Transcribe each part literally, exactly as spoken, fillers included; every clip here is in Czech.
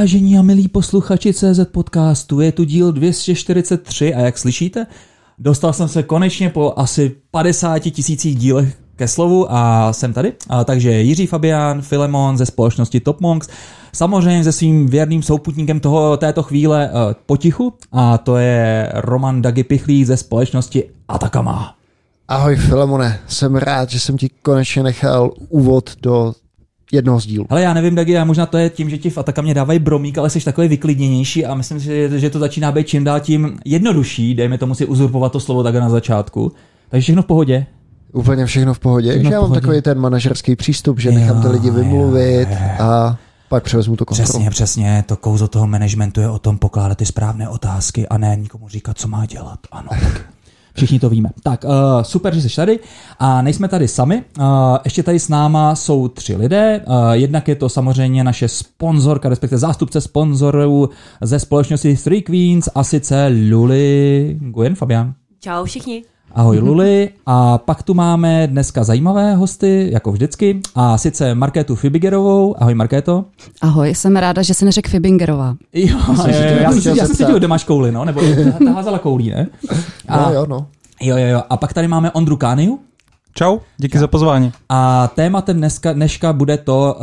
Vážení a milí posluchači C Z podcastu, je tu díl dvě stě čtyřicet tři a jak slyšíte, dostal jsem se konečně po asi padesáti tisících dílech ke slovu a jsem tady. A takže Jiří Fabián, Filemon ze společnosti Top Monks, samozřejmě se svým věrným souputníkem toho, této chvíle uh, potichu, a to je Roman Dagi Pichlík ze společnosti Atacama. Ahoj Filemone, jsem rád, že jsem ti konečně nechal úvod do jednoho z dílů. Hele, já nevím, Dagi, a možná to je tím, že ti v Atacamě dávají bromík, ale jsi takový vyklidněnější a myslím si, že, že to začíná být čím dál tím jednodušší, dejme tomu si uzurpovat to slovo takhle na začátku. Takže všechno v pohodě. Úplně všechno v pohodě. Všechno já v pohodě. Mám takový ten manažerský přístup, že nechám ty lidi vymluvit a pak převezmu to kontrolu. Přesně, přesně. To kouzlo toho managementu je o tom pokládat ty správné otázky a ne nikomu říkat, co má dělat. Ano, tak. Všichni to víme. Tak, uh, super, že jsi tady a nejsme tady sami. Uh, ještě tady s náma jsou tři lidé. Uh, jednak je to samozřejmě naše sponzorka, respektive zástupce sponzorů ze společnosti Three Queens a sice Luli Nguyen. Fabián. Čau všichni. Ahoj Luli. A pak tu máme dneska zajímavé hosty, jako vždycky, a sice Markétu Fibigerovou. Ahoj Markéto. Ahoj, jsem ráda, že jsi neřekl Fibingerová. Jo, je, je, já, jsem, já jsem si dělal, kde máš kouli, no? Nebo ta házala koulí, ne? A, no jo, no. Jo, jo, jo. A pak tady máme Ondru Kániu. Čau, díky Čau. za pozvání. A tématem dneska, dneška bude to,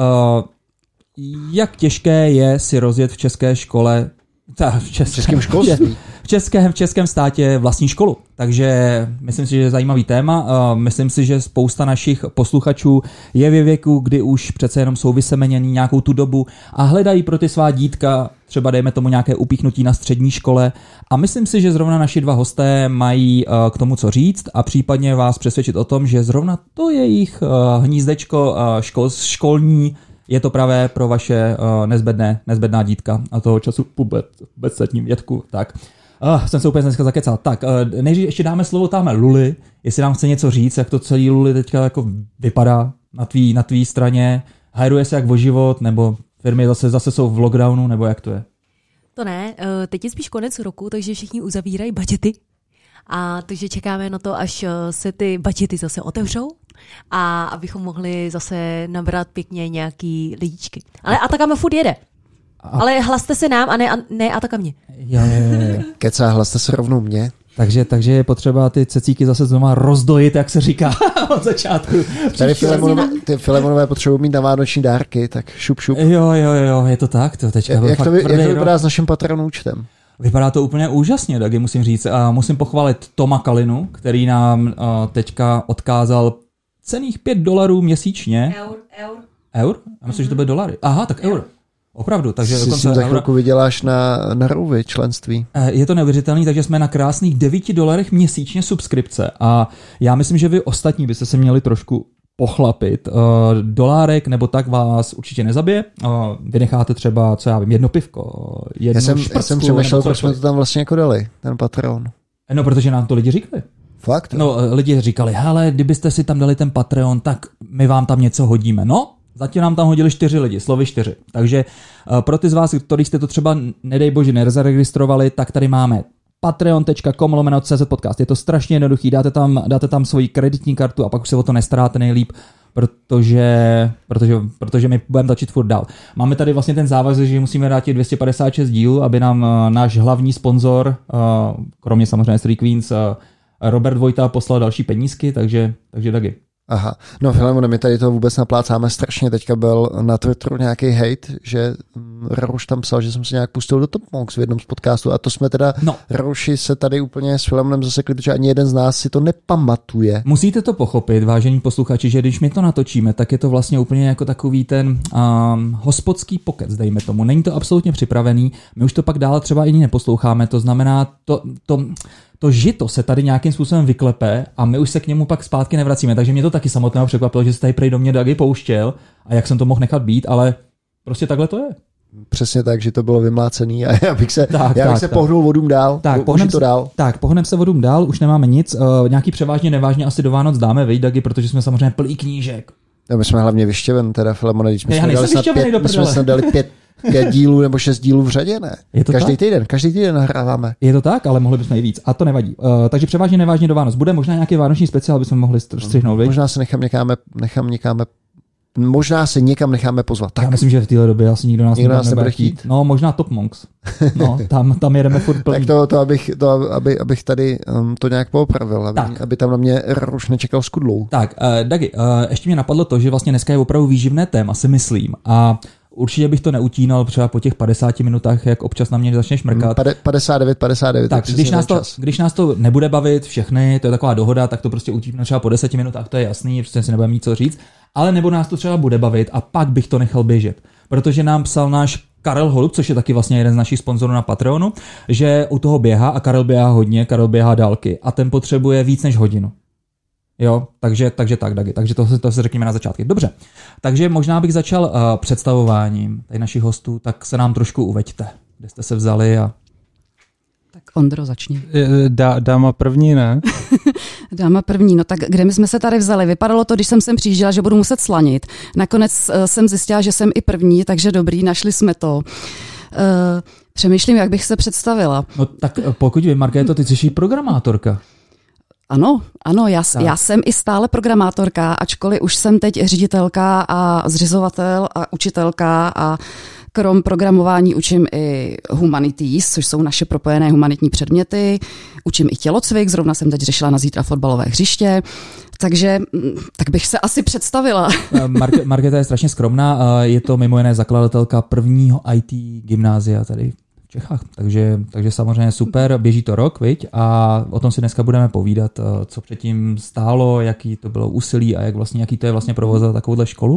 uh, jak těžké je si rozjet v české škole, ta, v, českém, v českém školství. V českém, v českém státě vlastní školu. Takže myslím si, že je zajímavý téma. Uh, myslím si, že spousta našich posluchačů je ve věku, kdy už přece jenom jsou vysemeněný nějakou tu dobu a hledají pro ty svá dítka třeba dejme tomu nějaké upíchnutí na střední škole. A myslím si, že zrovna naši dva hosté mají uh, k tomu co říct a případně vás přesvědčit o tom, že zrovna to jejich uh, hnízdečko uh, škol, školní je to právě pro vaše uh, nezbedné, nezbedná dítka a toho času vůbec, vůbec setním vědku. Tak. Uh, jsem se úplně dneska zakecal. Tak, uh, nejdřív ještě dáme slovo tamhle Luli, jestli nám chce něco říct, jak to celý Luli teďka jako vypadá na tvý, na tvý straně. Hajruje se jak o život, nebo firmy zase, zase jsou v lockdownu, nebo jak to je? To ne, uh, teď je spíš konec roku, takže všichni uzavírají budgety. A takže čekáme na to, až se ty budgety zase otevřou a abychom mohli zase nabrat pěkně nějaký lidičky. Ale Atacama furt jede. A... Ale hlaste se nám a ne, ne Atacamě. Jo, jo, jo. Kecá, hlaste se rovnou mě. Takže, takže je potřeba ty cecíky zase znova rozdojit, jak se říká od začátku. Tady Filemonové, ty Filemonové potřebují mít na vánoční dárky, tak šup šup. Jo, jo, jo, je to tak. To teďka jak, to, jak to vypadá s naším Patreon účtem? Vypadá to úplně úžasně, taky musím říct. A musím pochválit Toma Kalinu, který nám uh, teďka odkázal cených pět dolarů měsíčně. Eur, eur. Eur? Já myslím, mm-hmm. že to bude dolary. Aha, tak eur. Opravdu, takže si si za chvilku vyděláš na, na Rouvy členství. Je to neuvěřitelný, takže jsme na krásných devíti dolarech měsíčně subskripce a já myslím, že vy ostatní byste se měli trošku pochlapit. Uh, dolárek nebo tak vás určitě nezabije. Uh, vy necháte třeba, co já vím, jedno pivko, jednu já jsem, šprcku. Já jsem přemýšlel, proč jsme to tam vlastně jako dali, ten Patreon. No, protože nám to lidi říkali. Fakt? No, lidi říkali, hele, kdybyste si tam dali ten Patreon, tak my vám tam něco hodíme. No, zatím nám tam hodili čtyři lidi, slovy čtyři. Takže uh, pro ty z vás, kteří jste to třeba, nedej bože, nezaregistrovali, tak tady máme patreon tečka com lomeno cz podcast. Je to strašně jednoduchý, dáte tam, dáte tam svoji kreditní kartu a pak už se o to nestaráte nejlíp, protože, protože, protože my budeme tačit furt dál. Máme tady vlastně ten závazek, že musíme dát dvě stě padesát šest dílů, aby nám uh, náš hlavní sponzor, uh, kromě samozřejmě Three Queens, uh, Robert Vojta poslal další penízky, takže, takže taky. Aha, no Filemone, my tady to vůbec naplácáme strašně, teďka byl na Twitteru nějaký hate, že Rouš tam psal, že jsem se nějak pustil do Top Monks v jednom z podcastů a to jsme teda, no. Rouši se tady úplně s Filemonem zasekli, protože ani jeden z nás si to nepamatuje. Musíte to pochopit, vážení posluchači, že když my to natočíme, tak je to vlastně úplně jako takový ten um, hospodský pokec, dejme tomu. Není to absolutně připravený, my už to pak dál třeba ani neposloucháme, to znamená to... to To žito se tady nějakým způsobem vyklepe a my už se k němu pak zpátky nevracíme, takže mě to taky samotného překvapilo, že se tady prej do mě Dagi pouštěl a jak jsem to mohl nechat být, ale prostě takhle to je. Přesně tak, že to bylo vymlácený a já bych se, tak, já bych tak, se tak. pohnul vodům dál. Tak, pohnem to dál. Tak, pohnem se vodům dál, už nemáme nic, uh, nějaký převážně nevážně asi do Vánoc dáme, vej Dagi, protože jsme samozřejmě plný knížek. No, my jsme hlavně vyštěven, teda Filemone, když my, jsme dali, snad pět, my jsme snad dali pět Pět dílů nebo šest dílů v řadě, ne? Každý tak? týden, každý týden nahráváme. Je to tak, ale mohli bychom i víc. A to nevadí. Uh, takže převážně nevážně do Vánoc. Bude možná nějaký vánoční speciál, bychom mohli střihnout, Možná se nechám někáme, nechám někáme možná se někam necháme pozvat. Tak. Já myslím, že v téhle době asi nikdo nás, nikdo nás nebude chtít. chtít. No, možná Top Monks. No, tam, tam jedeme furt plný. Tak to, to, abych, to aby, abych tady um, to nějak poopravil, aby, aby tam na mě už nečekal s kudlou. Tak, uh, Dagi, uh, ještě mě napadlo to, že vlastně dneska je opravdu výživné téma, si myslím. A určitě bych to neutínal třeba po těch padesáti minutách, jak občas na mě začneš mrkat. padesát devět, padesát devět. Tak, když nás, to, když nás to nebude bavit všechny, to je taková dohoda, tak to prostě utípne třeba po deseti minutách, to je jasný, prostě si nebudeme mít co říct. Ale nebo nás to třeba bude bavit a pak bych to nechal běžet. Protože nám psal náš Karel Holub, což je taky vlastně jeden z našich sponzorů na Patreonu, že u toho běhá a Karel běhá hodně, Karel běhá dálky a ten potřebuje víc než hodinu. Jo, takže, takže tak, Dagi, takže to, to se řekněme na začátky. Dobře, takže možná bych začal uh, představováním tady našich hostů, tak se nám trošku uveďte, kde jste se vzali a... Tak Ondro, začni. Dá, dáma první, ne? Dáma první, no tak kde my jsme se tady vzali? Vypadalo to, když jsem sem přijížděla, že budu muset slanit. Nakonec uh, jsem zjistila, že jsem i první, takže dobrý, našli jsme to. Uh, přemýšlím, jak bych se představila. No tak pokud vím, Markéto, ty jsi programátorka. Ano, ano, já, já jsem i stále programátorka, ačkoliv už jsem teď ředitelka a zřizovatel a učitelka a krom programování učím i humanities, což jsou naše propojené humanitní předměty. Učím i tělocvik, zrovna jsem teď řešila na zítra fotbalové hřiště, takže tak bych se asi představila. Marke, Markéta je strašně skromná, je to mimo jiné zakladatelka prvního í té gymnázia tady v Čechách, takže, takže samozřejmě super, běží to rok, viď? A o tom si dneska budeme povídat, co předtím stálo, jaký to bylo úsilí a jak vlastně, jaký to je vlastně provozovat takovouhle školu.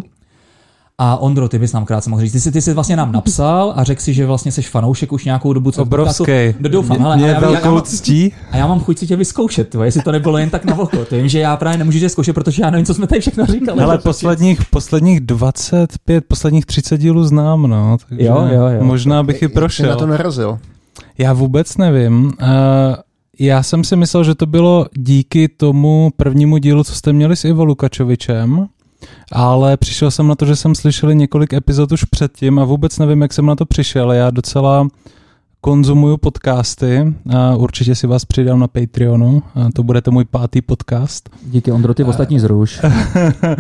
A Ondro, ty bys nám krátce mohl říct. Ty jsi, ty jsi vlastně nám napsal a řekl si, že vlastně jsi fanoušek už nějakou dobu. Obrovský. Doufám, hele, mě a já, velkou já, já, ctí. A já mám chuť si tě vyzkoušet, tvo, jestli to nebylo jen tak na oko. To vím, že já právě nemůžu tě zkoušet, protože já nevím, co jsme tady všechno říkali. Ale posledních, posledních dvacet pět, posledních třicet dílů znám, no. Takže jo, jo, jo. Možná bych i prošel. Jak jsi na to narazil? Já vůbec nevím. Uh, já jsem si myslel, že to bylo díky tomu prvnímu dílu, co jste měli s Ivo Lukačovičem, ale přišel jsem na to, že jsem slyšel několik epizod už předtím a vůbec nevím, jak jsem na to přišel. Já docela konzumuju podcasty a určitě si vás přidám na Patreonu. A to bude to můj pátý podcast. Díky, Ondro, ty ostatní zruš. a,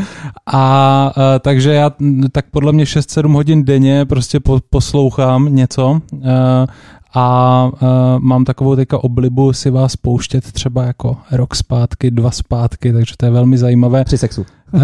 a takže já tak podle mě šest sedm hodin denně prostě po, poslouchám něco a, a mám takovou teďka oblibu si vás pouštět třeba jako rok zpátky, dva zpátky, takže to je velmi zajímavé. Při sexu. Uh,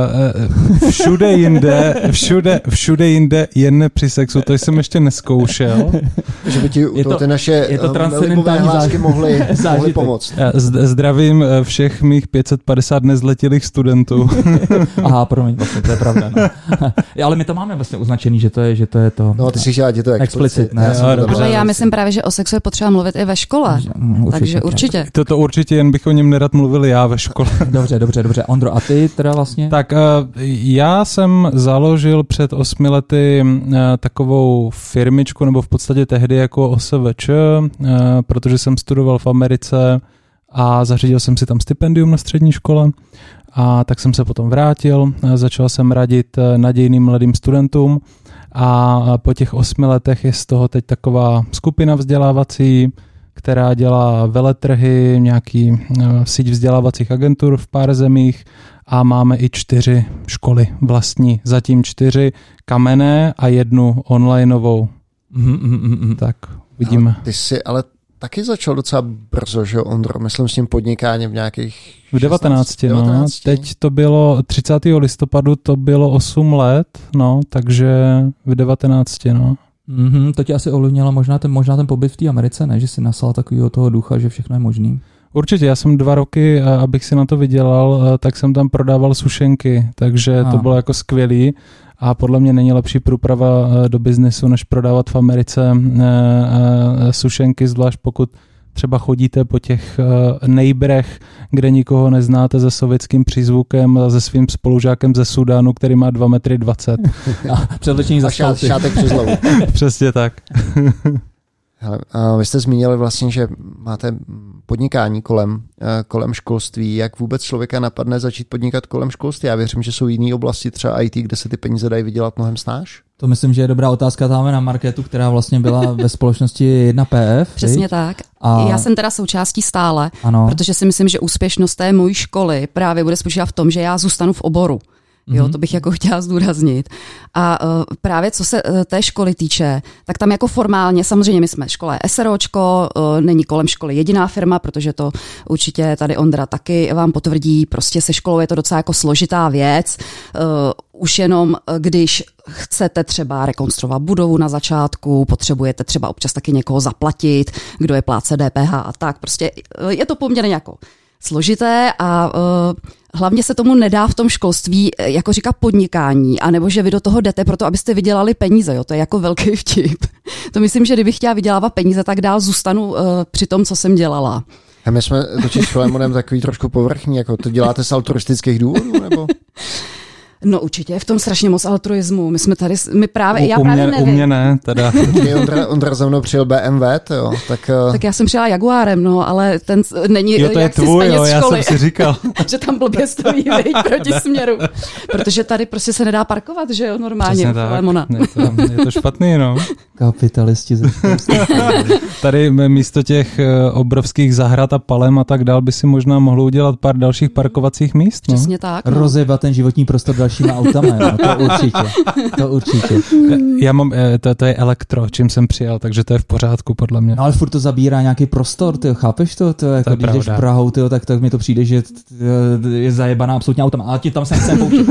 všude jinde, všude, všude jinde, jen při sexu, to jsem ještě neskoušel. Že by ti je to, ty naše libové hlásky mohly, mohly pomoct. Zdravím všech mých pět set padesát nezletilých studentů. Aha, promiň, vlastně, to je pravda. No. Ale my to máme vlastně označený, že to je, že to, je to. No, ty si chtěla, je to explicit. Ne, no, dobře, ale já myslím právě, že o sexu je potřeba mluvit i ve škole. Určitě, takže určitě. Toto určitě, jen bych o něm nerad mluvil já ve škole. Dobře, dobře, dobře. Ondro, a ty teda vlastně? Tak já jsem založil před osmi lety takovou firmičku, nebo v podstatě tehdy jako O S V Č, protože jsem studoval v Americe a zařídil jsem si tam stipendium na střední škole a tak jsem se potom vrátil, začal jsem radit nadějným mladým studentům a po těch osmi letech je z toho teď taková skupina vzdělávací, která dělá veletrhy, nějaký síť vzdělávacích agentur v pár zemích a máme i čtyři školy vlastní, zatím čtyři kamenné a jednu onlineovou. Mm, mm, mm, tak vidíme. Ale ty jsi ale taky začal docela brzo, že Ondro? Myslím s tím podnikáním v nějakých v devatenácti, šestnácti, no. devatenácti. Teď to bylo třicátého listopadu, to bylo osm let, no, takže v devatenácti, no. Mm-hmm, to tě asi ovlivnilo možná ten, možná ten pobyt v té Americe, ne? Že jsi nasal takového toho ducha, že všechno je možný. Určitě, já jsem dva roky, abych si na to vydělal, tak jsem tam prodával sušenky, takže a. to bylo jako skvělý a podle mě není lepší průprava do biznesu, než prodávat v Americe sušenky, zvlášť pokud třeba chodíte po těch nejbrech, kde nikoho neznáte se sovětským přízvukem a se svým spolužákem ze Sudánu, který má dva metry dvacet. A převlečení za šát, šátek přes hlavu. Přesně tak. Hele, vy jste zmínili vlastně, že máte podnikání kolem, kolem školství. Jak vůbec člověka napadne začít podnikat kolem školství? Já věřím, že jsou jiné oblasti, třeba í té, kde se ty peníze dají vydělat mnohem snáš. To myslím, že je dobrá otázka. Tam na Markétu, která vlastně byla ve společnosti jedna P F. Přesně viď? Tak. A... Já jsem teda součástí stále, ano. Protože si myslím, že úspěšnost té mojí školy právě bude spočívat v tom, že já zůstanu v oboru. Jo, to bych jako chtěla zdůraznit. A uh, právě co se uh, té školy týče, tak tam jako formálně, samozřejmě my jsme škola SROčko, uh, není kolem školy jediná firma, protože to určitě tady Ondra taky vám potvrdí, prostě se školou je to docela jako složitá věc. Uh, už jenom když chcete třeba rekonstruovat budovu na začátku, potřebujete třeba občas taky někoho zaplatit, kdo je plátce D P H a tak. Prostě uh, je to poměrně jako složité a uh, hlavně se tomu nedá v tom školství, jako říká podnikání, anebo že vy do toho jdete proto, abyste vydělali peníze. Jo? To je jako velký vtip. To myslím, že kdybych chtěla vydělávat peníze, tak dál zůstanu uh, při tom, co jsem dělala. A my jsme totiž s Filemonem takový trošku povrchní, jako to děláte z altruistických důvodů, nebo? No určitě je v tom strašně moc altruismu. My jsme tady, my právě, u, já u právě mě, nevím. U mě ne, teda. Ondra, Ondra za mnou přijel B M W, jo, tak... Uh... Tak já jsem přijela Jaguárem, no, ale ten není jo, to jak je tvůj, si z jo, já školy, jsem si říkal. že tam blbě stojí, veď, proti směru. Protože tady prostě se nedá parkovat, že jo, normálně. Přesně tak, je to, je to špatný, no. Kapitalisti. Tady místo těch obrovských zahrad a palem a tak dál by si možná mohlo udělat pár dalších parkovacích míst, no. Přesně tak. No. Rozjebat ten životní prostor dalšíma autama, no, to určitě. To určitě. Já mám, to, to je elektro, čím jsem přijel, takže to je v pořádku podle mě. No ale furt to zabírá nějaký prostor, ty chápeš to? To, jako, to když jdeš Prahou, tyjo, tak, tak mi to přijde, že je zajebaná absolutně autama, ale ti tam se nechcem pouštět.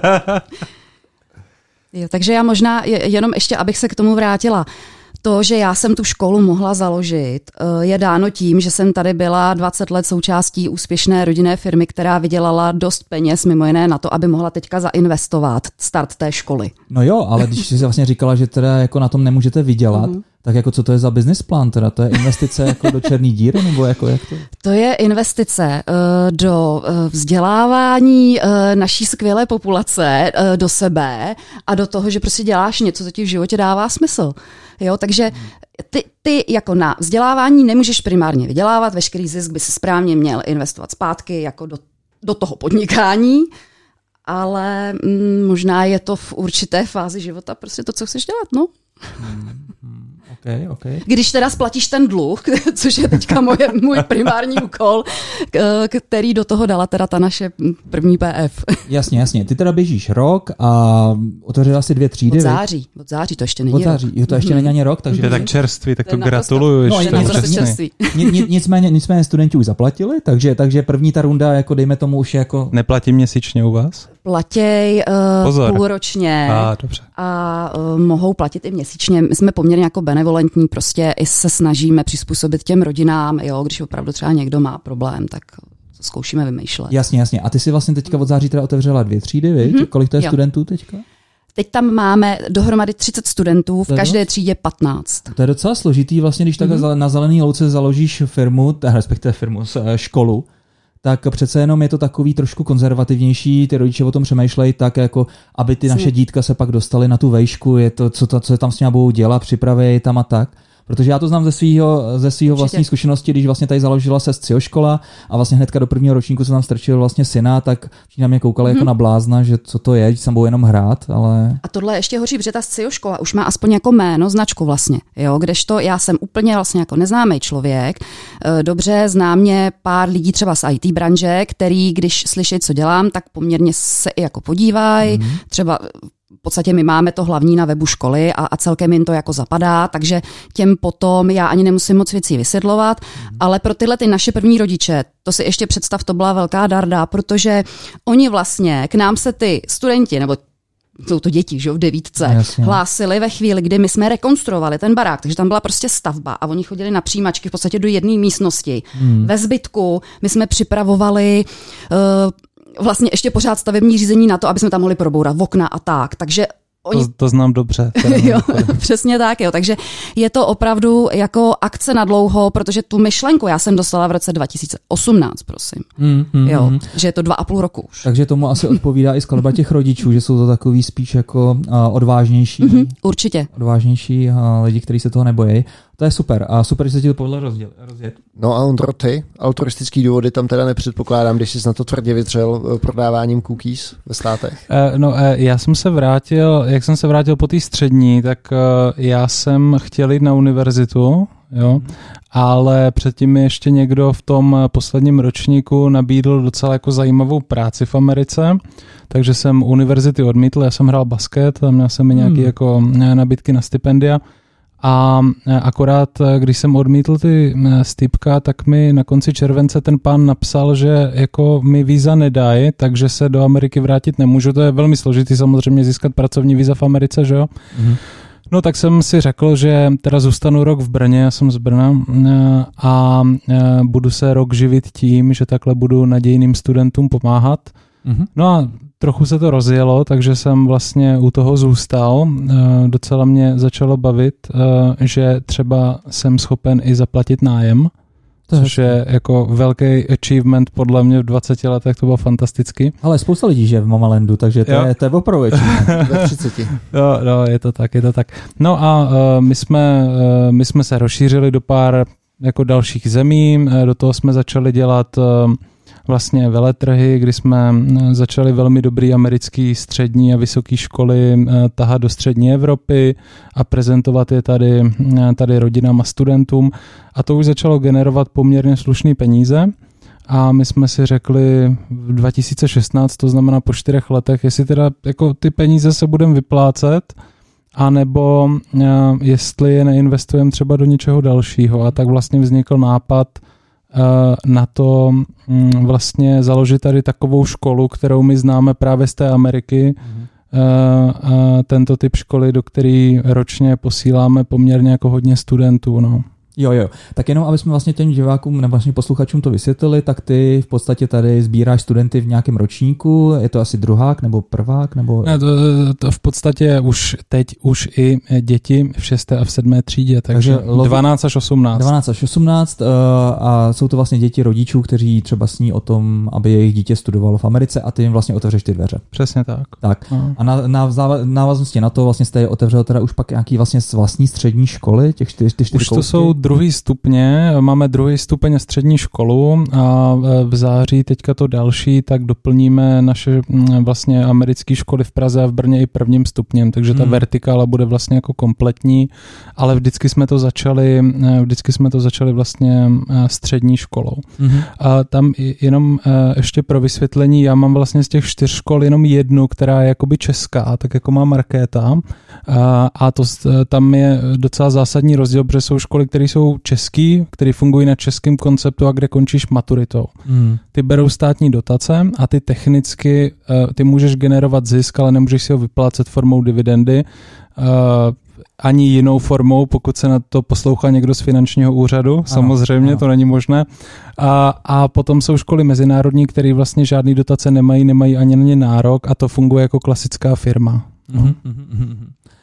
Jo, takže já možná jenom ještě, abych se k tomu vrátila. To, že já jsem tu školu mohla založit, je dáno tím, že jsem tady byla dvacet let součástí úspěšné rodinné firmy, která vydělala dost peněz, mimo jiné na to, aby mohla teďka zainvestovat start té školy. No jo, ale když jsi vlastně říkala, že teda jako na tom nemůžete vydělat, mm-hmm. tak jako co to je za business plán teda? To je investice jako do černý díry nebo jako jak to? To je investice uh, do uh, vzdělávání uh, naší skvělé populace, uh, do sebe a do toho, že prostě děláš něco, co ti v životě dává smysl. Jo, takže ty, ty jako na vzdělávání nemůžeš primárně vydělávat, veškerý zisk by se správně měl investovat zpátky jako do, do toho podnikání, ale mm, možná je to v určité fázi života prostě to, co chceš dělat, no. Hmm, okay, okay. Když teda splatíš ten dluh, což je teďka moje, můj primární úkol, který do toho dala teda ta naše první P F. Jasně, jasně. Ty teda běžíš rok a otevřela si dvě třídy. Od září, od září to ještě není od září. rok. Jo, to ještě není ani rok. Takže to je tak čerstvý, tak to gratuluju. No, ještě je čerstvý. Nicméně, nicméně studenti už zaplatili, takže, takže první ta runda, jako dejme tomu už jako... Neplatí měsíčně u vás? Platěj uh, půlročně a, dobře. a uh, mohou platit i měsíčně. My jsme poměrně jako benevolentní, prostě i se snažíme přizpůsobit těm rodinám, jo, když opravdu třeba někdo má problém, tak zkoušíme vymýšlet. Jasně, jasně. A ty si vlastně teďka od září teda otevřela dvě třídy, viď? Mm-hmm. Kolik to je jo. studentů teďka? Teď tam máme dohromady třicet studentů, v každé třídě patnáct. To je docela složitý vlastně, když takhle mm-hmm. na Zelený louce založíš firmu, respektive firmu, školu, tak přece jenom je to takový trošku konzervativnější, ty rodiče o tom přemýšlejí tak, jako aby ty naše dítka se pak dostaly na tu vejšku, je to, co, to, co tam s ním budou dělat, připraví tam a tak. Protože já to znám ze svýho, ze svýho vlastní zkušenosti, když vlastně tady založila se S C I O škola a vlastně hnedka do prvního ročníku se tam strčil vlastně syna, tak na mě koukali hmm. jako na blázna, že co to je, že tam budou jenom hrát, ale... A tohle ještě hoří, protože ta S C I O škola už má aspoň jako jméno, značku vlastně, jo, kdežto já jsem úplně vlastně jako neznámý člověk, dobře znám mě pár lidí třeba z I T branže, který když slyší, co dělám, tak poměrně se i jako podívají, hmm. třeba v podstatě my máme to hlavní na webu školy a, a celkem jim to jako zapadá, takže těm potom já ani nemusím moc věcí vysvětlovat, mm. ale pro tyhle ty naše první rodiče, to si ještě představ, to byla velká darda, protože oni vlastně, k nám se ty studenti, nebo jsou to děti, že v devítce, Jasně. hlásili ve chvíli, kdy my jsme rekonstruovali ten barák, takže tam byla prostě stavba a oni chodili na přijímačky v podstatě do jedné místnosti. Mm. Ve zbytku my jsme připravovali uh, vlastně ještě pořád stavební řízení na to, aby jsme tam mohli probourat okna a tak. Takže oni... to, to znám dobře. jo, přesně tak, jo. Takže je to opravdu jako akce na dlouho, protože tu myšlenku já jsem dostala v roce dva tisíce osmnáct, prosím. Mm, mm, jo, mm. že je to dva a půl roku už. Takže tomu asi odpovídá i skladba těch rodičů, že jsou to takový spíš jako uh, odvážnější. Mm-hmm, určitě. Odvážnější uh, lidi, kteří se toho nebojí. To je super. A super, že se ti to povedlo rozděl, rozjet. No a Ondro, ty altruistický důvody tam teda nepředpokládám, když jsi na to tvrdě vytřel prodáváním cookies ve státech. Uh, no uh, já jsem se vrátil, jak jsem se vrátil po té střední, tak uh, já jsem chtěl jít na univerzitu, jo. Ale předtím mi ještě někdo v tom posledním ročníku nabídl docela jako zajímavou práci v Americe, takže jsem univerzity odmítl, já jsem hrál basket a měl jsem i nějaké hmm. jako nabídky na stipendia. A akorát, když jsem odmítl ty stipka, tak mi na konci července ten pán napsal, že jako mi víza nedají, takže se do Ameriky vrátit nemůžu. To je velmi složitý samozřejmě získat pracovní víza v Americe, že jo? Mm. No tak jsem si řekl, že teda zůstanu rok v Brně, já jsem z Brna, a budu se rok živit tím, že takhle budu nadějným studentům pomáhat. Mm. No a trochu se to rozjelo, takže jsem vlastně u toho zůstal. Docela mě začalo bavit, že třeba jsem schopen i zaplatit nájem, to což je jako velký achievement podle mě v dvaceti letech, to bylo fantasticky. Ale spousta lidí žije v Mamalandu, takže to je, to je opravdu achievement ve třiceti. Jo, no, je to tak, je to tak. No a uh, my, jsme, uh, my jsme se rozšířili do pár jako dalších zemí, do toho jsme začali dělat uh, vlastně veletrhy, kdy jsme začali velmi dobrý americký střední a vysoké školy tahat do střední Evropy a prezentovat je tady, tady rodinám a studentům. A to už začalo generovat poměrně slušné peníze. A my jsme si řekli v dva tisíce šestnáct, to znamená po čtyřech letech, jestli teda jako ty peníze se budeme vyplácet, anebo jestli je neinvestujeme třeba do něčeho dalšího. A tak vlastně vznikl nápad na to vlastně založit tady takovou školu, kterou my známe právě z té Ameriky. Mm. Tento typ školy, do které ročně posíláme poměrně jako hodně studentů. No. Jo, jo. Tak jenom, aby jsme vlastně těm divákům nebo vlastně posluchačům to vysvětlili, tak ty v podstatě tady sbíráš studenty v nějakém ročníku, je to asi druhák nebo prvák? Nebo... Ne, to, to v podstatě už teď už i děti v šesté a v sedmé třídě, takže, takže dvanáct až osmnáct. dvanáct až osmnáct uh, a jsou to vlastně děti rodičů, kteří třeba sní o tom, aby jejich dítě studovalo v Americe a ty jim vlastně otevřeš ty dveře. Přesně tak. Tak. Uh. A na, na návaznosti na to vlastně jste otevřel teda už pak nějaký vlastně vlastní střední školy, těch čtyři, ty čtyři už to jsou druhý stupně, máme druhý stupeň střední školu a v září teďka to další, tak doplníme naše vlastně americké školy v Praze a v Brně i prvním stupněm, takže ta hmm. vertikála bude vlastně jako kompletní, ale vždycky jsme to začali, vždycky jsme to začali vlastně střední školou. Hmm. A tam jenom ještě pro vysvětlení, já mám vlastně z těch čtyř škol jenom jednu, která je jakoby česká, tak jako má Markéta a, a to tam je docela zásadní rozdíl, protože jsou školy, které jsou český, který fungují na českém konceptu a kde končíš maturitou. Hmm. Ty berou státní dotace a ty technicky, ty můžeš generovat zisk, ale nemůžeš si ho vyplácet formou dividendy, ani jinou formou, pokud se na to poslouchá někdo z finančního úřadu, ano, samozřejmě, ano. To není možné. A, a potom jsou školy mezinárodní, které vlastně žádný dotace nemají, nemají ani na ně nárok a to funguje jako klasická firma. Mm-hmm. No.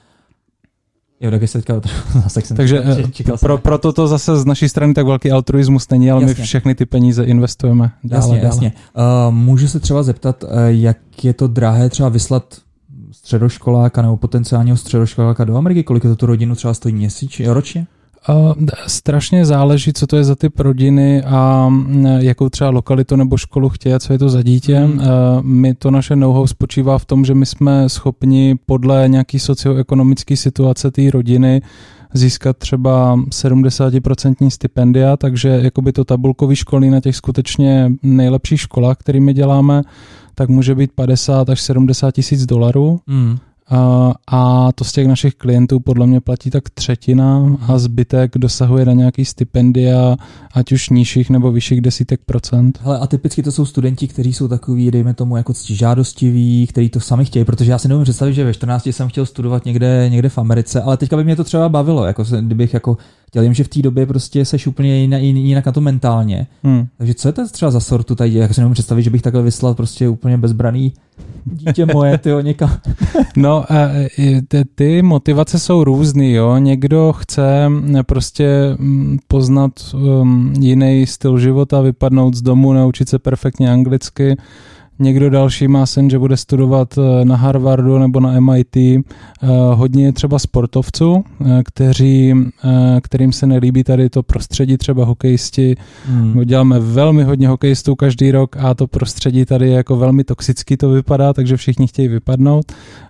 Jo, tak se teďka zase jsem Takže čekal pro, proto to zase z naší strany tak velký altruismus není, ale jasně. My všechny ty peníze investujeme dále. Jasně, dále. jasně. Uh, můžu se třeba zeptat, uh, jak je to drahé třeba vyslat středoškoláka nebo potenciálního středoškoláka do Ameriky? Kolik je to tu rodinu třeba stojí měsíčně, ročně? Uh, strašně záleží, co to je za typ rodiny a jakou třeba lokalitu nebo školu chtějí, co je to za dítě. Hmm. Uh, my to naše know-how spočívá v tom, že my jsme schopni podle nějaký socioekonomické situace té rodiny získat třeba sedmdesát procent stipendia, takže jakoby to tabulkový školní na těch skutečně nejlepších školách, kterými děláme, tak může být padesát až sedmdesát tisíc dolarů. Hmm. A, a to z těch našich klientů podle mě platí tak třetina a zbytek dosahuje na nějaký stipendia, ať už nižších nebo vyšších desítek procent. Hele, a typicky to jsou studenti, kteří jsou takový, dejme tomu, jako ctižádostiví, kteří to sami chtějí, protože já si neumím představit, že ve čtrnácti jsem chtěl studovat někde, někde v Americe, ale teďka by mě to třeba bavilo, jako se, kdybych jako chtěl jim, že v té době prostě seš úplně jinak, jinak na to mentálně. Hmm. Takže co je to třeba za sortu tady? Jak si neumím představit, že bych takhle vyslal prostě úplně bezbraný dítě moje, tyjo, někam. No, ty, ty motivace jsou různý, jo. Někdo chce prostě poznat um, jiný styl života, vypadnout z domu, naučit se perfektně anglicky. Někdo další má sen, že bude studovat na Harvardu nebo na M I T. Hodně je třeba sportovců, kteří, kterým se nelíbí tady to prostředí, třeba hokejisti. Hmm. Děláme velmi hodně hokejistů každý rok a to prostředí tady je jako velmi toxický to vypadá, takže všichni chtějí vypadnout.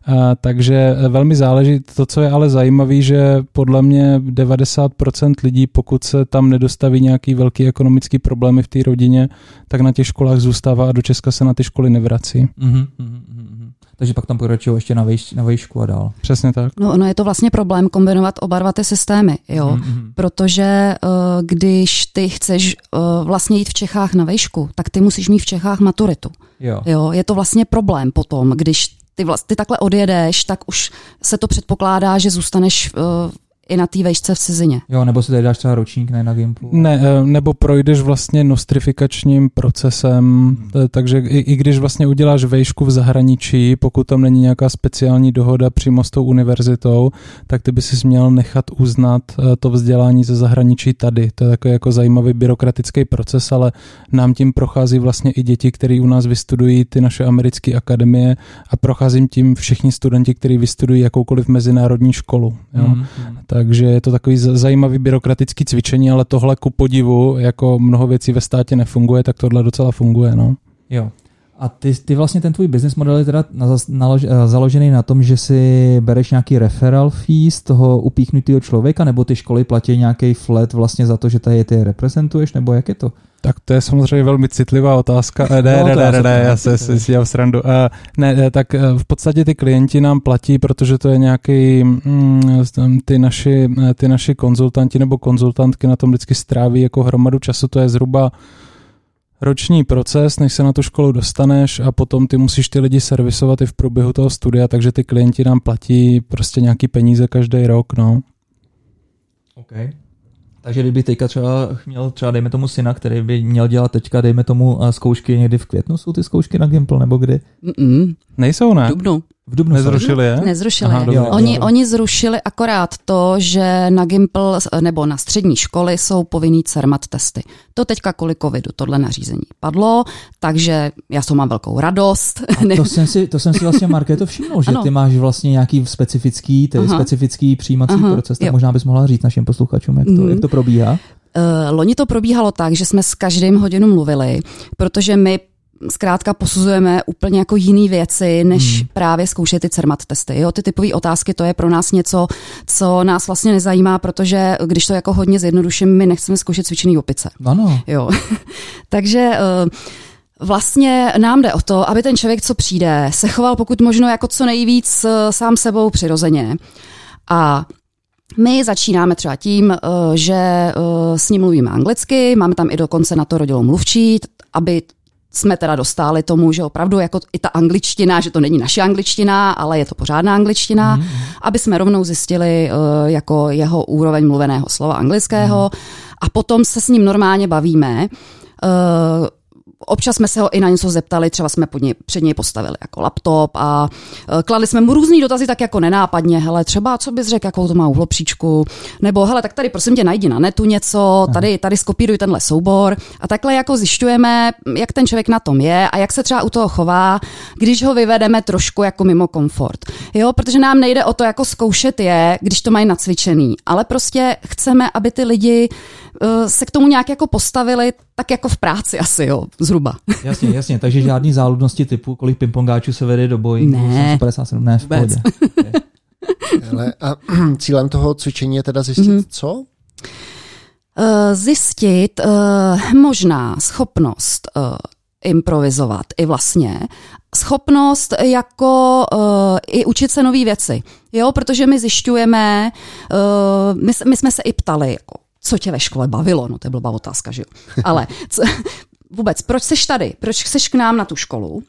takže velmi záleží. To, co je ale zajímavé, že podle mě devadesát procent lidí, pokud se tam nedostaví nějaký velký ekonomický problémy v té rodině, tak na těch školách zůstává a do Česka se na ty školy nevrací. Mm-hmm, mm-hmm. Takže pak tam pokračují ještě na, vejš, na vejšku a dál. Přesně tak. No, ono je to vlastně problém kombinovat oba dva ty systémy, jo. Mm-hmm. Protože uh, když ty chceš uh, vlastně jít v Čechách na vejšku, tak ty musíš mít v Čechách maturitu. Jo. Jo, je to vlastně problém potom, když ty, vlast, ty takhle odjedeš, tak už se to předpokládá, že zůstaneš uh, i na té vejšce v cizině. Jo, nebo si tady dáš třeba ročník, ne na Gimplu. Ne, nebo projdeš vlastně nostrifikačním procesem, hmm. takže i, i když vlastně uděláš vejšku v zahraničí, pokud tam není nějaká speciální dohoda přímo s tou univerzitou, tak ty by si měl nechat uznat to vzdělání ze zahraničí tady. To je takový jako zajímavý byrokratický proces, ale nám tím prochází vlastně i děti, kteří u nás vystudují ty naše americké akademie a procházím tím všichni studenti, kteří vystudují jakoukoliv mezinárodní školu. Jo. Hmm. Takže je to takový zajímavý byrokratický cvičení, ale tohle ku podivu, jako mnoho věcí ve státě nefunguje, tak tohle docela funguje. No. Jo. A ty, ty vlastně ten tvůj business model je teda nalož, založený na tom, že si bereš nějaký referral fee z toho upíchnutého člověka, nebo ty školy platí nějaký flat vlastně za to, že tady ty reprezentuješ, nebo jak je to? Tak to je samozřejmě velmi citlivá otázka. Ne, ne, ne, ne, ne, já se si dělám srandu. Ne, tak v podstatě ty klienti nám platí, protože to je nějaký, ty naši, ty naši konzultanti nebo konzultantky na tom vždycky stráví jako hromadu času, to je zhruba roční proces, než se na tu školu dostaneš a potom ty musíš ty lidi servisovat i v průběhu toho studia, takže ty klienti nám platí prostě nějaký peníze každý rok, no. Okay. Takže kdyby teďka třeba měl třeba, dejme tomu syna, který by měl dělat teďka, dejme tomu zkoušky někdy v květnu, jsou ty zkoušky na Gimple, nebo kdy? Mm-mm. Nejsou, ne? V dubnu. V dubnu nezrušili je? Nezrušili. Aha, jo, oni, oni zrušili akorát to, že na Gimple nebo na střední školy jsou povinný CERMAT testy. To teďka kvůli covidu tohle nařízení padlo, takže já s toho mám velkou radost. A to jsem si, to jsem si vlastně, Markéto, všimnul, že ano. Ty máš vlastně nějaký specifický, ty specifický přijímací Aha, proces, tak jo. Možná bys mohla říct našim posluchačům, jak to, mm. jak to probíhá. Uh, loni to probíhalo tak, že jsme s každým hodinu mluvili, protože my zkrátka posuzujeme úplně jako jiný věci, než hmm. právě zkoušet ty CERMAT testy. Jo, ty typové otázky, to je pro nás něco, co nás vlastně nezajímá, protože když to jako hodně zjednoduším, my nechceme zkoušet cvičený opice. Ano. Jo. Takže vlastně nám jde o to, aby ten člověk, co přijde, se choval pokud možno jako co nejvíc sám sebou přirozeně. A my začínáme třeba tím, že s ním mluvíme anglicky, máme tam i dokonce na to rodilou mluvčí, aby jsme teda dostali tomu, že opravdu jako i ta angličtina, že to není naše angličtina, ale je to pořádná angličtina, mm. aby jsme rovnou zjistili uh, jako jeho úroveň mluveného slova anglického mm. a potom se s ním normálně bavíme. Uh, Občas jsme se ho i na něco zeptali, třeba jsme pod něj, před něj postavili jako laptop a kladli jsme mu různý dotazy tak jako nenápadně, hele, třeba co bys řekl, jakou to má uhlopříčku, nebo hele, tak tady prosím tě najdi na netu něco, tady, tady skopíruj tenhle soubor a takhle jako zjišťujeme, jak ten člověk na tom je a jak se třeba u toho chová, když ho vyvedeme trošku jako mimo komfort. Jo, protože nám nejde o to jako zkoušet je, když to mají nacvičený, ale prostě chceme, aby ty lidi uh, se k tomu nějak jako postavili, tak jako v práci asi, jo, zhruba. Jasně, jasně, takže žádný záludnosti typu, kolik pingpongáčů se vede do Boeingu. Ne. padesát sedm, ne, v pohodě. Ale a cílem toho cvičení je teda zjistit, mm-hmm. co? Uh, zjistit uh, možná schopnost uh, improvizovat i vlastně schopnost jako uh, i učit se nové věci. Jo, protože my zjišťujeme, uh, my, my jsme se i ptali, co tě ve škole bavilo, no to je blbá otázka, že jo. Ale co, vůbec, proč seš tady? Proč seš k nám na tu školu? Uh,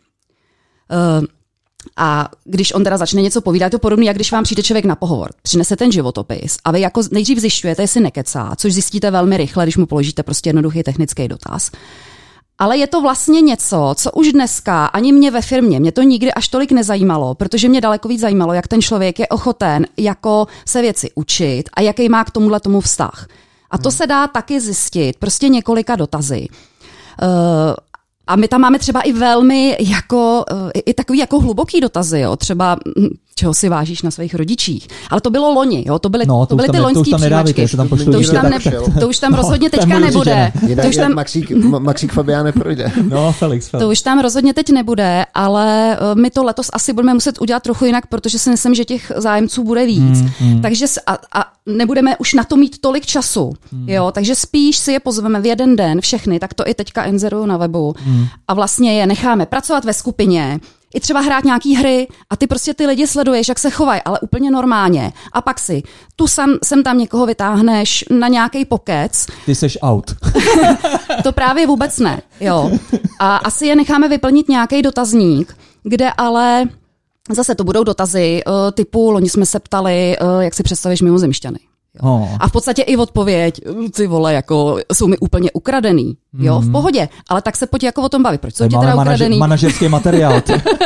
a když on teda začne něco povídat, to podobné, jak když vám přijde člověk na pohovor, přinese ten životopis a vy jako nejdřív zjišťujete, jestli nekecá, což zjistíte velmi rychle, když mu položíte prostě jednoduchý technický dotaz. Ale je to vlastně něco, co už dneska ani mě ve firmě, mě to nikdy až tolik nezajímalo, protože mě daleko víc zajímalo, jak ten člověk je ochoten jako se věci učit a jaký má k tomuhle tomu vztah. A to hmm. se dá taky zjistit, prostě několika dotazy. Uh, a my tam máme třeba i velmi jako, i takový jako hluboký dotazy, jo. Třeba čeho si vážíš na svých rodičích. Ale to bylo loni, jo, to byly, no, to to byly ty loňský přijímačky. To, to, to už tam, ne, to už tam no, rozhodně teďka nebude. Ne. To už tam Maxík, Maxík Fabián neprojde. No, Felix, Felix. To už tam rozhodně teď nebude, ale my to letos asi budeme muset udělat trochu jinak, protože si myslím, že těch zájemců bude víc. Hmm, hmm. Takže a, a nebudeme už na to mít tolik času. Hmm. Jo, takže spíš si je pozveme v jeden den všechny, tak to i teďka inzeruju na webu. Hmm. A vlastně je necháme pracovat ve skupině, i třeba hrát nějaký hry a ty prostě ty lidi sleduješ, jak se chovají, ale úplně normálně. A pak si tu sem, sem tam někoho vytáhneš na nějaký pokec. Ty seš out. To právě vůbec ne. Jo. A asi je necháme vyplnit nějaký dotazník, kde ale zase to budou dotazy typu, loni jsme se ptali, jak si představíš mimozemšťany. Oh. A v podstatě i odpověď, ty vole, jako jsou mi úplně ukradený. Jo, v pohodě, ale tak se pojď jako o tom bavit. Proč jsou ti teda ukradený? Manažerský materiál.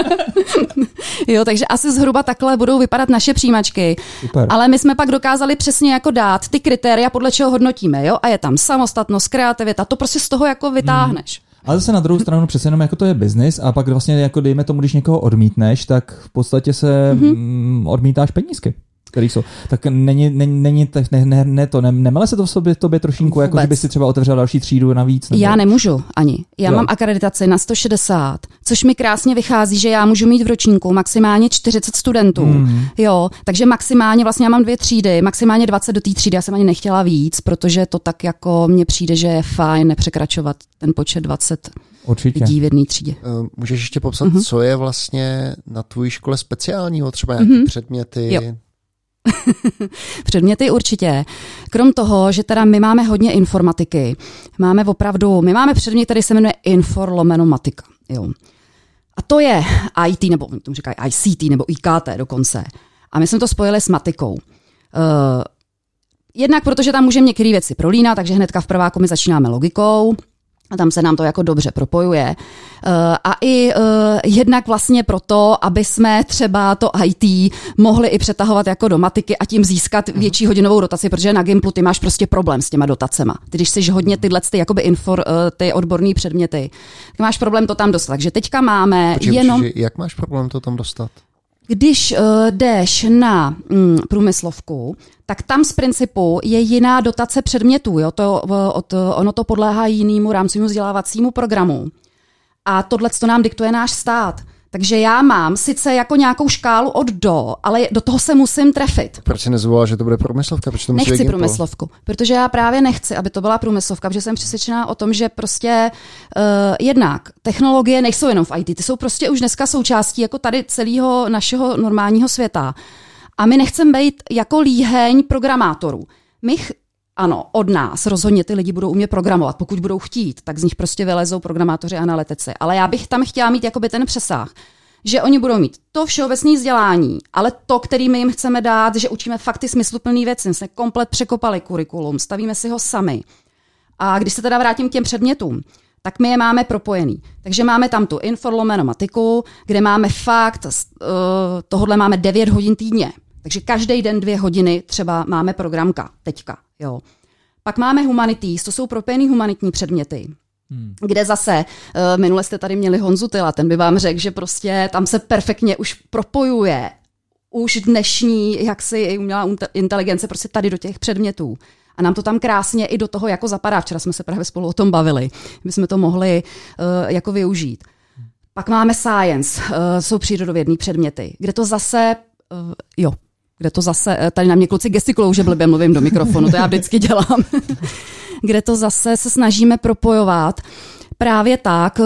Jo, takže asi zhruba takhle budou vypadat naše přijímačky. Super. Ale my jsme pak dokázali přesně jako dát ty kritéria, podle čeho hodnotíme, jo? A je tam samostatnost, kreativita, to prostě z toho jako vytáhneš. Hmm. Ale zase na druhou stranu přece jenom jako to je biznis a pak vlastně jako dejme tomu, když někoho odmítneš, tak v podstatě se mm-hmm. odmítáš penízky. Který jsou. Tak není, není, není ne, ne, ne to, ne, nemele se to v sobě tobě trošinku, jako že by si třeba otevřel další třídu navíc? Nebo... Já nemůžu ani. Já jo. mám akreditaci na sto šedesát, což mi krásně vychází, že já můžu mít v ročníku maximálně čtyřicet studentů. Mm. Jo, takže maximálně, vlastně já mám dvě třídy, maximálně dvacet do té třídy, já jsem ani nechtěla víc, protože to tak jako mně přijde, že je fajn nepřekračovat ten počet dvacet Určitě. lidí v jedné třídě. Můžeš ještě popsat, mm-hmm. co je vlastně na tvojí škole speciálního, třeba nějaké mm-hmm. předměty? Jo. Předměty určitě. Krom toho, že teda my máme hodně informatiky, máme opravdu, my máme předmět, který se jmenuje Inforlomenomatika. Jo. A to je I T, nebo tomu říkají I C T, nebo I K T dokonce. A my jsme to spojili s matikou. Uh, jednak protože tam můžeme některé věci prolínat, takže hnedka v prváku my začínáme logikou, a tam se nám to jako dobře propojuje. Uh, a i uh, jednak vlastně proto, aby jsme třeba to I T mohli i přetahovat jako do matiky a tím získat větší hodinovou dotaci, protože na Gimplu ty máš prostě problém s těma dotacema. Ty, když jsi hodně tyhle ty, jakoby infor, uh, ty odborné předměty, tak máš problém to tam dostat. Takže teďka máme Počkej, jenom... Počkej, jak máš problém to tam dostat? Když uh, jdeš na mm, průmyslovku, tak tam z principu je jiná dotace předmětů. Jo? To, od, ono to podléhá jinému rámcovému vzdělávacímu programu. A tohle to nám diktuje náš stát. Takže já mám sice jako nějakou škálu od do, ale do toho se musím trefit. Proč jsi nezvolila, že to bude průmyslovka? Proč to musí nechci být průmyslovku, protože já právě nechci, aby to byla průmyslovka, protože jsem přesvědčená o tom, že prostě uh, jednak technologie nejsou jenom v I T, ty jsou prostě už dneska součástí jako tady celého našeho normálního světa. A my nechceme být jako líheň programátorů. My ch- Ano, od nás rozhodně ty lidi budou umět programovat, pokud budou chtít, tak z nich prostě vylezou programátoři a analytici. Ale já bych tam chtěla mít jakoby ten přesah, že oni budou mít to všeobecné vzdělání, ale to, který my jim chceme dát, že učíme fakt ty smysluplné věci, jsme komplet překopali kurikulum, stavíme si ho sami. A když se teda vrátím k těm předmětům, tak my je máme propojený. Takže máme tam tu inforlomenomatiku, kde máme fakt, uh, tohodle máme devět hodin týdně. Takže každý den dvě hodiny třeba máme programka, teďka. Jo. Pak máme humanities, to jsou propojený humanitní předměty, hmm. kde zase, uh, minule jste tady měli Honzu Tyla, ten by vám řekl, že prostě tam se perfektně už propojuje už dnešní, jak si umělá inteligence prostě tady do těch předmětů. A nám to tam krásně i do toho jako zapadá. Včera jsme se právě spolu o tom bavili. My jsme to mohli uh, jako využít. Pak máme science, uh, jsou přírodovědné předměty, kde to zase, uh, jo, kde to zase, tady na mě kluci gestikulou, že blbě mluvím do mikrofonu, to já vždycky dělám, kde to zase se snažíme propojovat právě tak,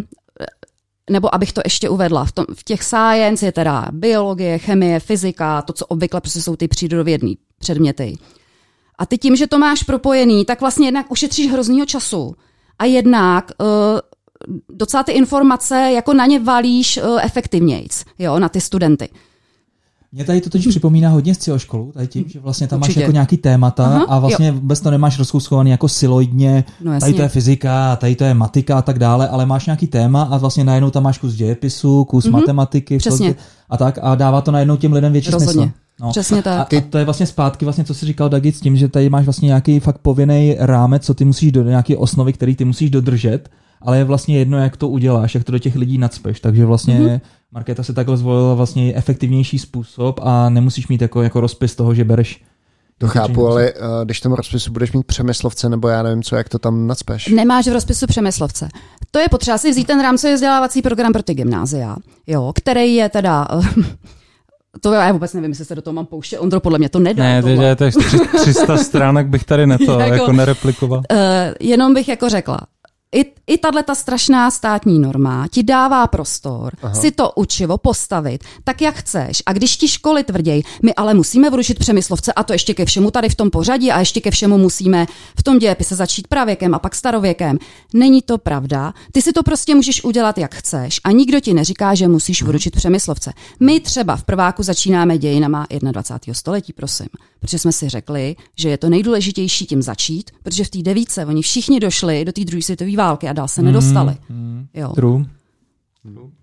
nebo abych to ještě uvedla, v, tom, v těch science je teda biologie, chemie, fyzika, to, co obvykle prostě jsou ty přírodovědné předměty. A ty tím, že to máš propojený, tak vlastně jednak ušetříš hroznýho času a jednak uh, docela ty informace jako na ně valíš uh, efektivnějc, jo, na ty studenty. Mě tady to totiž připomíná hodně z školu, tady tím, že vlastně tam Určitě. máš jako nějaký témata Aha, a vlastně jo. vůbec to nemáš rozkouskovaný jako siloidně, no tady to je fyzika, tady to je matika a tak dále, ale máš nějaký téma a vlastně najednou tam máš kus dějepisu, kus mm-hmm. matematiky a tak a dává to najednou těm lidem větší Rozhodně. smysl. No. Přesně tak. A, a to je vlastně zpátky, vlastně, co jsi říkal, Dagi, s tím, že tady máš vlastně nějaký fakt povinný rámec, co ty musíš do nějaké osnovy, který ty musíš dodržet. ale je vlastně jedno, jak to uděláš, jak to do těch lidí nacpeš, takže vlastně mm-hmm. Markéta si takhle zvolila vlastně efektivnější způsob a nemusíš mít jako, jako rozpis toho, že bereš. To chápu, ale uh, když v tom rozpisu budeš mít přemyslovce, nebo já nevím co, jak to tam nacpeš. Nemáš v rozpisu přemyslovce. To je potřeba si vzít ten rámcový vzdělávací program pro ty gymnázia, jo, který je teda... Uh, to já vůbec nevím, jestli se do toho mám pouštět. Ondro, podle mě to nedá. Ne, teď je to tři sta stránek bych tady na to jako, jako nereplikoval. Uh, jenom bych jako řekla, I, i tato strašná státní norma ti dává prostor Aha. si to učivo postavit tak, jak chceš. A když ti školy tvrdějí, my ale musíme vrušit přemyslovce a to ještě ke všemu tady v tom pořadí a ještě ke všemu musíme v tom dějepise začít pravěkem a pak starověkem. Není to pravda. Ty si to prostě můžeš udělat, jak chceš a nikdo ti neříká, že musíš vručit přemyslovce. My třeba v prváku začínáme dějinama dvacátého prvního století, prosím. Protože jsme si řekli, že je to nejdůležitější tím začít, protože v té devíce oni všichni došli do té druhé světové války a dál se nedostali. Mm, jo. True. Um,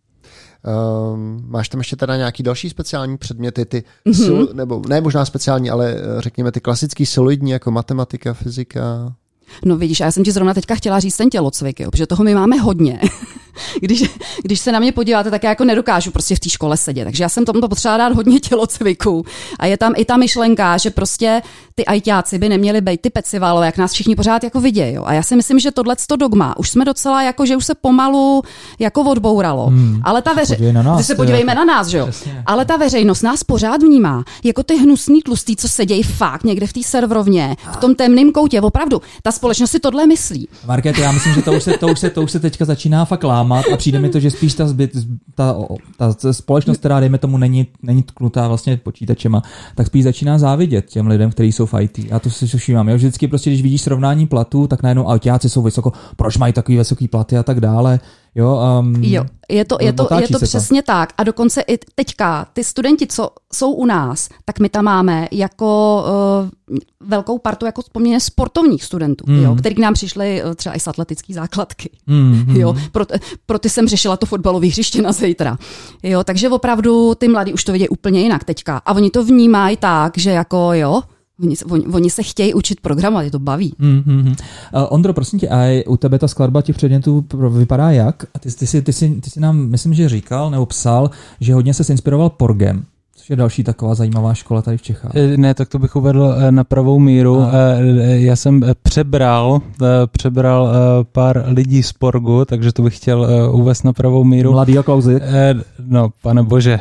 máš tam ještě teda nějaký další speciální předměty, ty mm-hmm. sil, nebo ne možná speciální, ale řekněme ty klasický solidní, jako matematika, fyzika? No vidíš, já jsem ti zrovna teďka chtěla říct ten tělocvik, jo, protože toho my máme hodně. když, když se na mě podíváte, tak já jako nedokážu prostě v té škole sedět. Takže já jsem tomu potřeba dát hodně tělocviků. A je tam i ta myšlenka, že prostě ty ajťáci by neměli být ty peciválové, jak nás všichni pořád jako vidějí. Jo. A já si myslím, že tohleto dogma už jsme docela jako, že už se pomalu jako odbouralo. Hmm, Ale ta veřejnost, se podívejme na nás, že jo. Ale ta veřejnost nás pořád vnímá jako ty hnusný tlustý, co sedějí fakt někde v té serverovně, v tom temném koutě. Opravdu, ta společnost si tohle myslí. Markéto, já myslím, že to už se, to už se, to už se teďka začíná fakt lámat a přijde mi to, že spíš ta, zbyt, ta, ta, ta společnost, která dejme tomu není, není tknutá vlastně počítačema, tak spíš začíná závidět těm lidem, kteří jsou v í té. A to si všímám. Jo? Vždycky prostě, když vidíš srovnání platů, tak najednou autáci jsou vysoko, proč mají takový vysoký platy a tak dále. Jo, um, jo, je to, je to, je to přesně to. tak. A dokonce i teďka ty studenti, co jsou u nás, tak my tam máme jako uh, velkou partu jako poměrně sportovních studentů, mm. jo, který k nám přišli uh, třeba i z atletický základky. Mm, mm. Jo, pro, pro ty jsem řešila to fotbalové hřiště na zítra. Jo, takže opravdu ty mladí už to vidějí úplně jinak teďka. A oni to vnímají tak, že jako jo, Oni, oni, oni se chtějí učit programovat, je to baví. Mm-hmm. Uh, Ondro, prosím tě, a u tebe ta skladba těch předmětů vypadá jak? A ty, ty, ty, ty, jsi, ty jsi nám, myslím, že říkal nebo psal, že hodně se inspiroval Porgem. Což je další taková zajímavá škola tady v Čechách. Ne, tak to bych uvedl na pravou míru. A. Já jsem přebral, přebral pár lidí z Porgu, takže to bych chtěl uvést na pravou míru. Mladý a Klauzik. No, pane bože.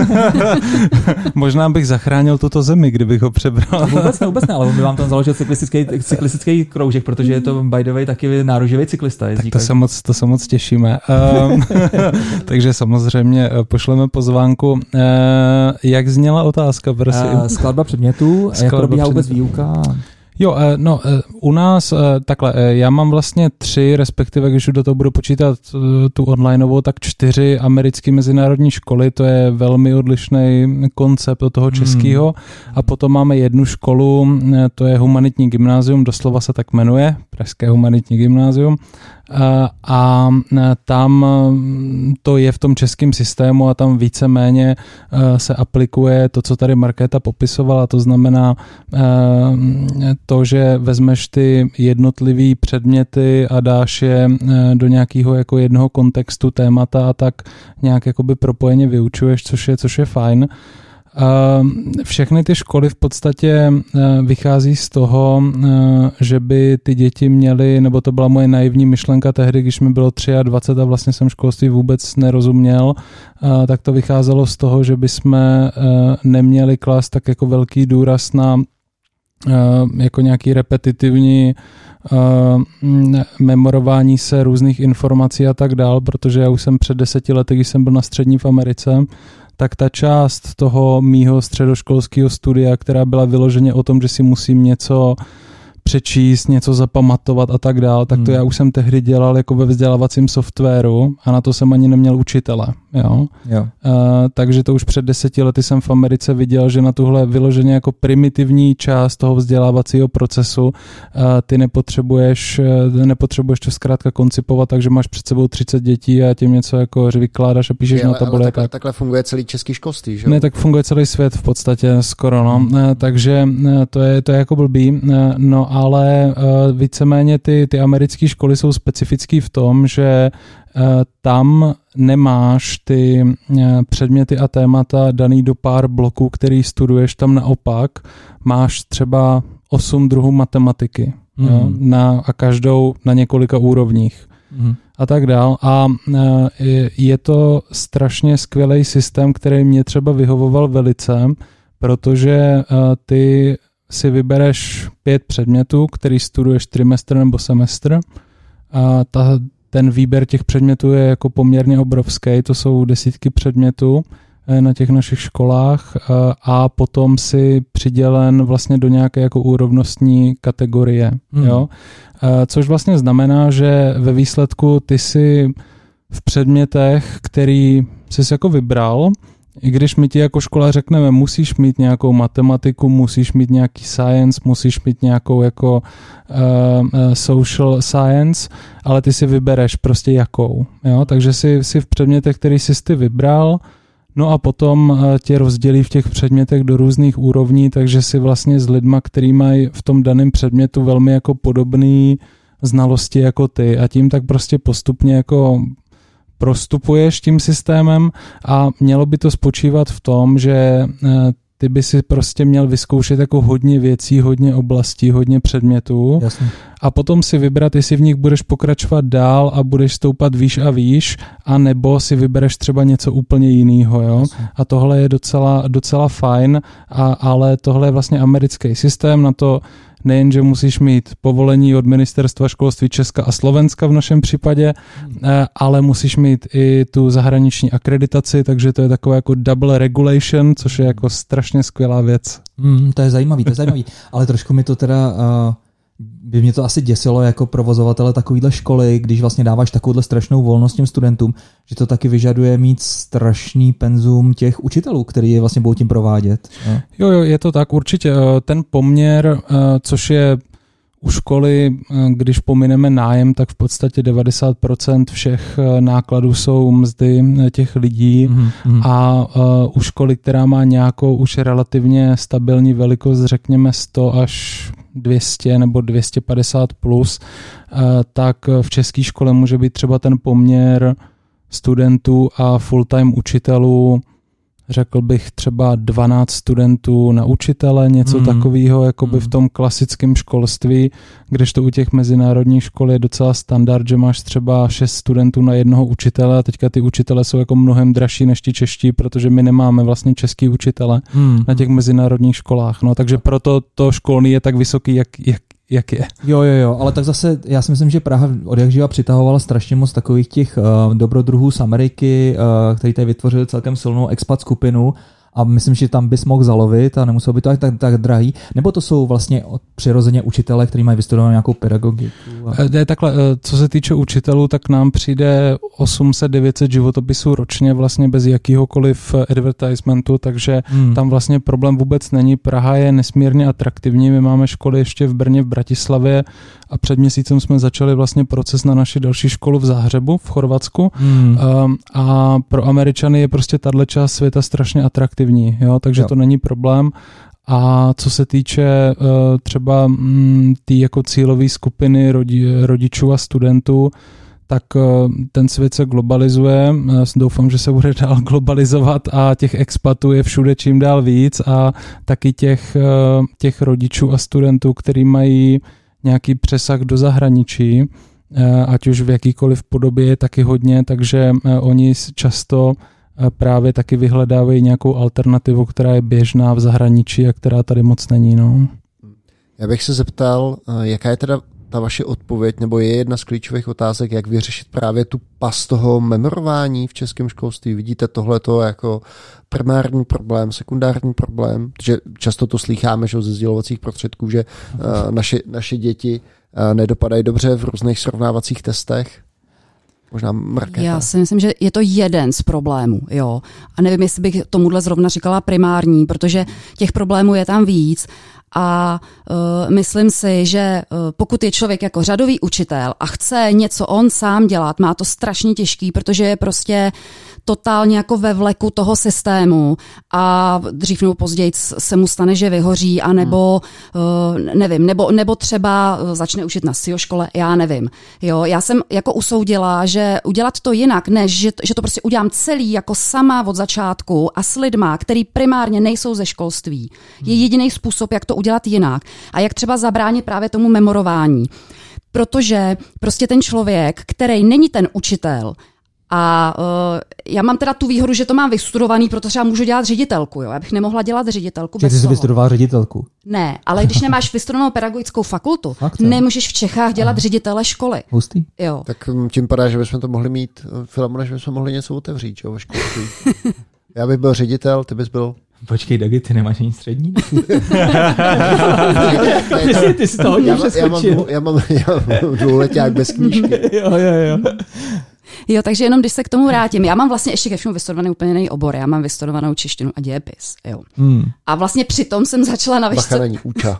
Možná bych zachránil tuto zemi, kdybych ho přebral. Vůbec ne, vůbec ne, ale my vám tam založil cyklistický, cyklistický kroužek, protože je to by the way taky náruživý cyklista. Tak to se, moc, to se moc těšíme. Takže samozřejmě pošleme pozvánku. Jak zněla otázka, prosím? Uh, skladba předmětů, skladba jak probíhá vůbec výuka? Jo, no, u nás takhle, já mám vlastně tři, respektive když do toho budu počítat tu onlineovou, tak čtyři americké mezinárodní školy, to je velmi odlišný koncept od toho českého. Hmm. A potom máme jednu školu, to je humanitní gymnázium, doslova se tak jmenuje, Pražské humanitní gymnázium. A, a tam to je v tom českém systému a tam víceméně se aplikuje to, co tady Markéta popisovala, to znamená to, že vezmeš ty jednotlivý předměty a dáš je do nějakého jako jednoho kontextu témata a tak nějak jakoby propojeně vyučuješ, což je, což je fajn. Všechny ty školy v podstatě vychází z toho, že by ty děti měly, nebo to byla moje naivní myšlenka tehdy, když mi bylo dvacet tři a vlastně jsem školství vůbec nerozuměl, tak to vycházelo z toho, že by jsme neměli klást tak jako velký důraz na jako nějaký repetitivní memorování se různých informací a tak dál, protože já už jsem před deseti lety, když jsem byl na střední v Americe, tak ta část toho mýho středoškolského studia, která byla vyloženě o tom, že si musím něco přečíst, něco zapamatovat a tak dál, tak to hmm. já už jsem tehdy dělal jako ve vzdělávacím softwaru a na to jsem ani neměl učitele. Jo? Jo. Uh, takže to už před deseti lety jsem v Americe viděl, že na tuhle vyloženě jako primitivní část toho vzdělávacího procesu uh, ty nepotřebuješ, uh, nepotřebuješ to zkrátka koncipovat, takže máš před sebou třicet dětí a tím něco jako vykládáš a píšeš je, na tabule. Takhle, tak. takhle funguje celý český školství, že? Ne, tak funguje celý svět v podstatě skoro, no. Hmm. Uh, takže uh, to je, to je jako blbý, uh, no ale uh, víceméně ty, ty americké školy jsou specifický v tom, že tam nemáš ty předměty a témata daný do pár bloků, který studuješ, tam naopak máš třeba osm druhů matematiky mm. jo, na, a každou na několika úrovních mm. a tak dál. A je to strašně skvělý systém, který mě třeba vyhovoval velice, protože ty si vybereš pět předmětů, který studuješ trimestr nebo semestr a ta ten výběr těch předmětů je jako poměrně obrovský, to jsou desítky předmětů na těch našich školách a potom si přidělen vlastně do nějaké jako úrovnostní kategorie. Hmm. Jo? Což vlastně znamená, že ve výsledku ty si v předmětech, který jsi jako vybral, i když my ti jako škola řekneme, musíš mít nějakou matematiku, musíš mít nějaký science, musíš mít nějakou jako uh, social science, ale ty si vybereš prostě jakou. Jo? Takže si, si v předmětech, který jsi ty vybral, no a potom uh, tě rozdělí v těch předmětech do různých úrovní, takže si vlastně s lidma, který mají v tom daném předmětu velmi jako podobné znalosti jako ty a tím tak prostě postupně jako prostupuješ tím systémem a mělo by to spočívat v tom, že ty by si prostě měl vyzkoušet jako hodně věcí, hodně oblastí, hodně předmětů. Jasně. A potom si vybrat, jestli v nich budeš pokračovat dál a budeš stoupat výš a výš, a nebo si vybereš třeba něco úplně jiného. Jo? A tohle je docela, docela fajn, a, ale tohle je vlastně americký systém, na to nejen, že musíš mít povolení od ministerstva školství Česka a Slovenska v našem případě, ale musíš mít i tu zahraniční akreditaci, takže to je takové jako double regulation, což je jako strašně skvělá věc. Mm, to je zajímavý, to je zajímavý, ale trošku mi to teda... Uh... by mě to asi děsilo jako provozovatele takovýhle školy, když vlastně dáváš takovouhle strašnou volnost těm studentům, že to taky vyžaduje mít strašný penzum těch učitelů, který je vlastně budou tím provádět. No. Jo, jo, je to tak určitě. Ten poměr, což je u školy, když pomineme nájem, tak v podstatě devadesát procent všech nákladů jsou mzdy těch lidí mm-hmm. a u školy, která má nějakou už relativně stabilní velikost, řekněme sto až dvě stě nebo dvě stě padesát plus, tak v české škole může být třeba ten poměr studentů a full-time učitelů, řekl bych třeba dvanáct studentů na učitele, něco mm. takového, jakoby mm. v tom klasickém školství, kdežto u těch mezinárodních škol je docela standard, že máš třeba šest studentů na jednoho učitele a teďka ty učitele jsou jako mnohem dražší než ti čeští, protože my nemáme vlastně český učitele mm. na těch mezinárodních školách. No, takže proto to školní je tak vysoký, jak, jak jak je. Jo, jo, jo, ale tak zase já si myslím, že Praha od jak živa přitahovala strašně moc takových těch uh, dobrodruhů z Ameriky, uh, který tady vytvořili celkem silnou expat skupinu a myslím, že tam bys mohl zalovit a nemuselo by to tak, tak drahý. Nebo to jsou vlastně přirozeně učitelé, kteří mají vystudovanou nějakou pedagogiku? A... Ne, takhle, co se týče učitelů, tak nám přijde osm set devět set životopisů ročně vlastně bez jakýhokoliv advertisementu, takže hmm. tam vlastně problém vůbec není. Praha je nesmírně atraktivní, my máme školy ještě v Brně, v Bratislavě a před měsícem jsme začali vlastně proces na naši další školu v Záhřebu, v Chorvatsku hmm. a pro Američany je prostě tahle část světa strašně atraktivní, jo? Takže jo. to není problém. A co se týče uh, třeba mm, té jako cílové skupiny rodi, rodičů a studentů, tak uh, ten svět se globalizuje. Uh, doufám, že se bude dál globalizovat a těch expatů je všude čím dál víc a taky těch, uh, těch rodičů a studentů, kteří mají nějaký přesah do zahraničí, uh, ať už v jakýkoliv podobě je taky hodně, takže uh, oni často právě taky vyhledávají nějakou alternativu, která je běžná v zahraničí a která tady moc není. No. Já bych se zeptal, jaká je teda ta vaše odpověď, nebo je jedna z klíčových otázek, jak vyřešit právě tu pas toho memorování v českém školství. Vidíte tohleto jako primární problém, sekundární problém, protože často to slýcháme, že ze sdělovacích prostředků, že uh, naše, naše děti uh, nedopadají dobře v různých srovnávacích testech. možná Markéta. Já si myslím, že je to jeden z problémů, jo. A nevím, jestli bych tomuhle zrovna říkala primární, protože těch problémů je tam víc. A uh, myslím si, že uh, pokud je člověk jako řadový učitel a chce něco on sám dělat, má to strašně těžký, protože je prostě totálně jako ve vleku toho systému a dřív nebo později se mu stane, že vyhoří, anebo uh, nevím, nebo, nebo třeba začne učit na S I O škole, já nevím. Jo, já jsem jako usoudila, že udělat to jinak, než že, že to prostě udělám celý jako sama od začátku a s lidma, který primárně nejsou ze školství, je jediný způsob, jak to udělat jinak a jak třeba zabránit právě tomu memorování. Protože prostě ten člověk, který není ten učitel, a uh, já mám teda tu výhodu, že to mám vystudovaný, protože já můžu dělat ředitelku. Jo? Já bych nemohla dělat ředitelku Že bez ty jsi toho. vystudovala ředitelku? Ne, ale když nemáš vystudovanou pedagogickou fakultu, Fakt, nemůžeš v Čechách dělat Aha. ředitele školy. Hustý. Jo. Tak tím padá, že bychom to mohli mít, Filemone, že bychom mohli něco otevřít, jo, ve školství. Já bych byl ředitel, ty bys byl... Počkej, Dagi, ty nemáš ani střední? ty, jsi, ty jsi to hodně přeskočil. Já mám, já mám, já mám dvouleťák bez knížky. jo, jo, jo. Jo, takže jenom když se k tomu vrátím, já mám vlastně ještě ke všemu vystudovaný úplně jiný obor, já mám vystudovanou češtinu a dějepis, jo. Hmm. A vlastně přitom jsem začala na výšce... Bacha není úča.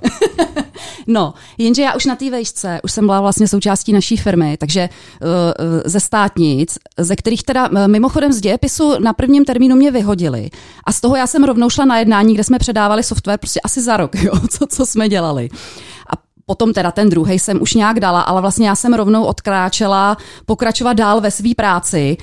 No, jenže já už na té vejšce, už jsem byla vlastně součástí naší firmy, takže uh, ze státnic, ze kterých teda uh, mimochodem z dějepisu na prvním termínu mě vyhodili. A z toho já jsem rovnou šla na jednání, kde jsme předávali software prostě asi za rok, jo, co, co jsme dělali. A potom teda ten druhej jsem už nějak dala, ale vlastně já jsem rovnou odkráčela pokračovat dál ve své práci.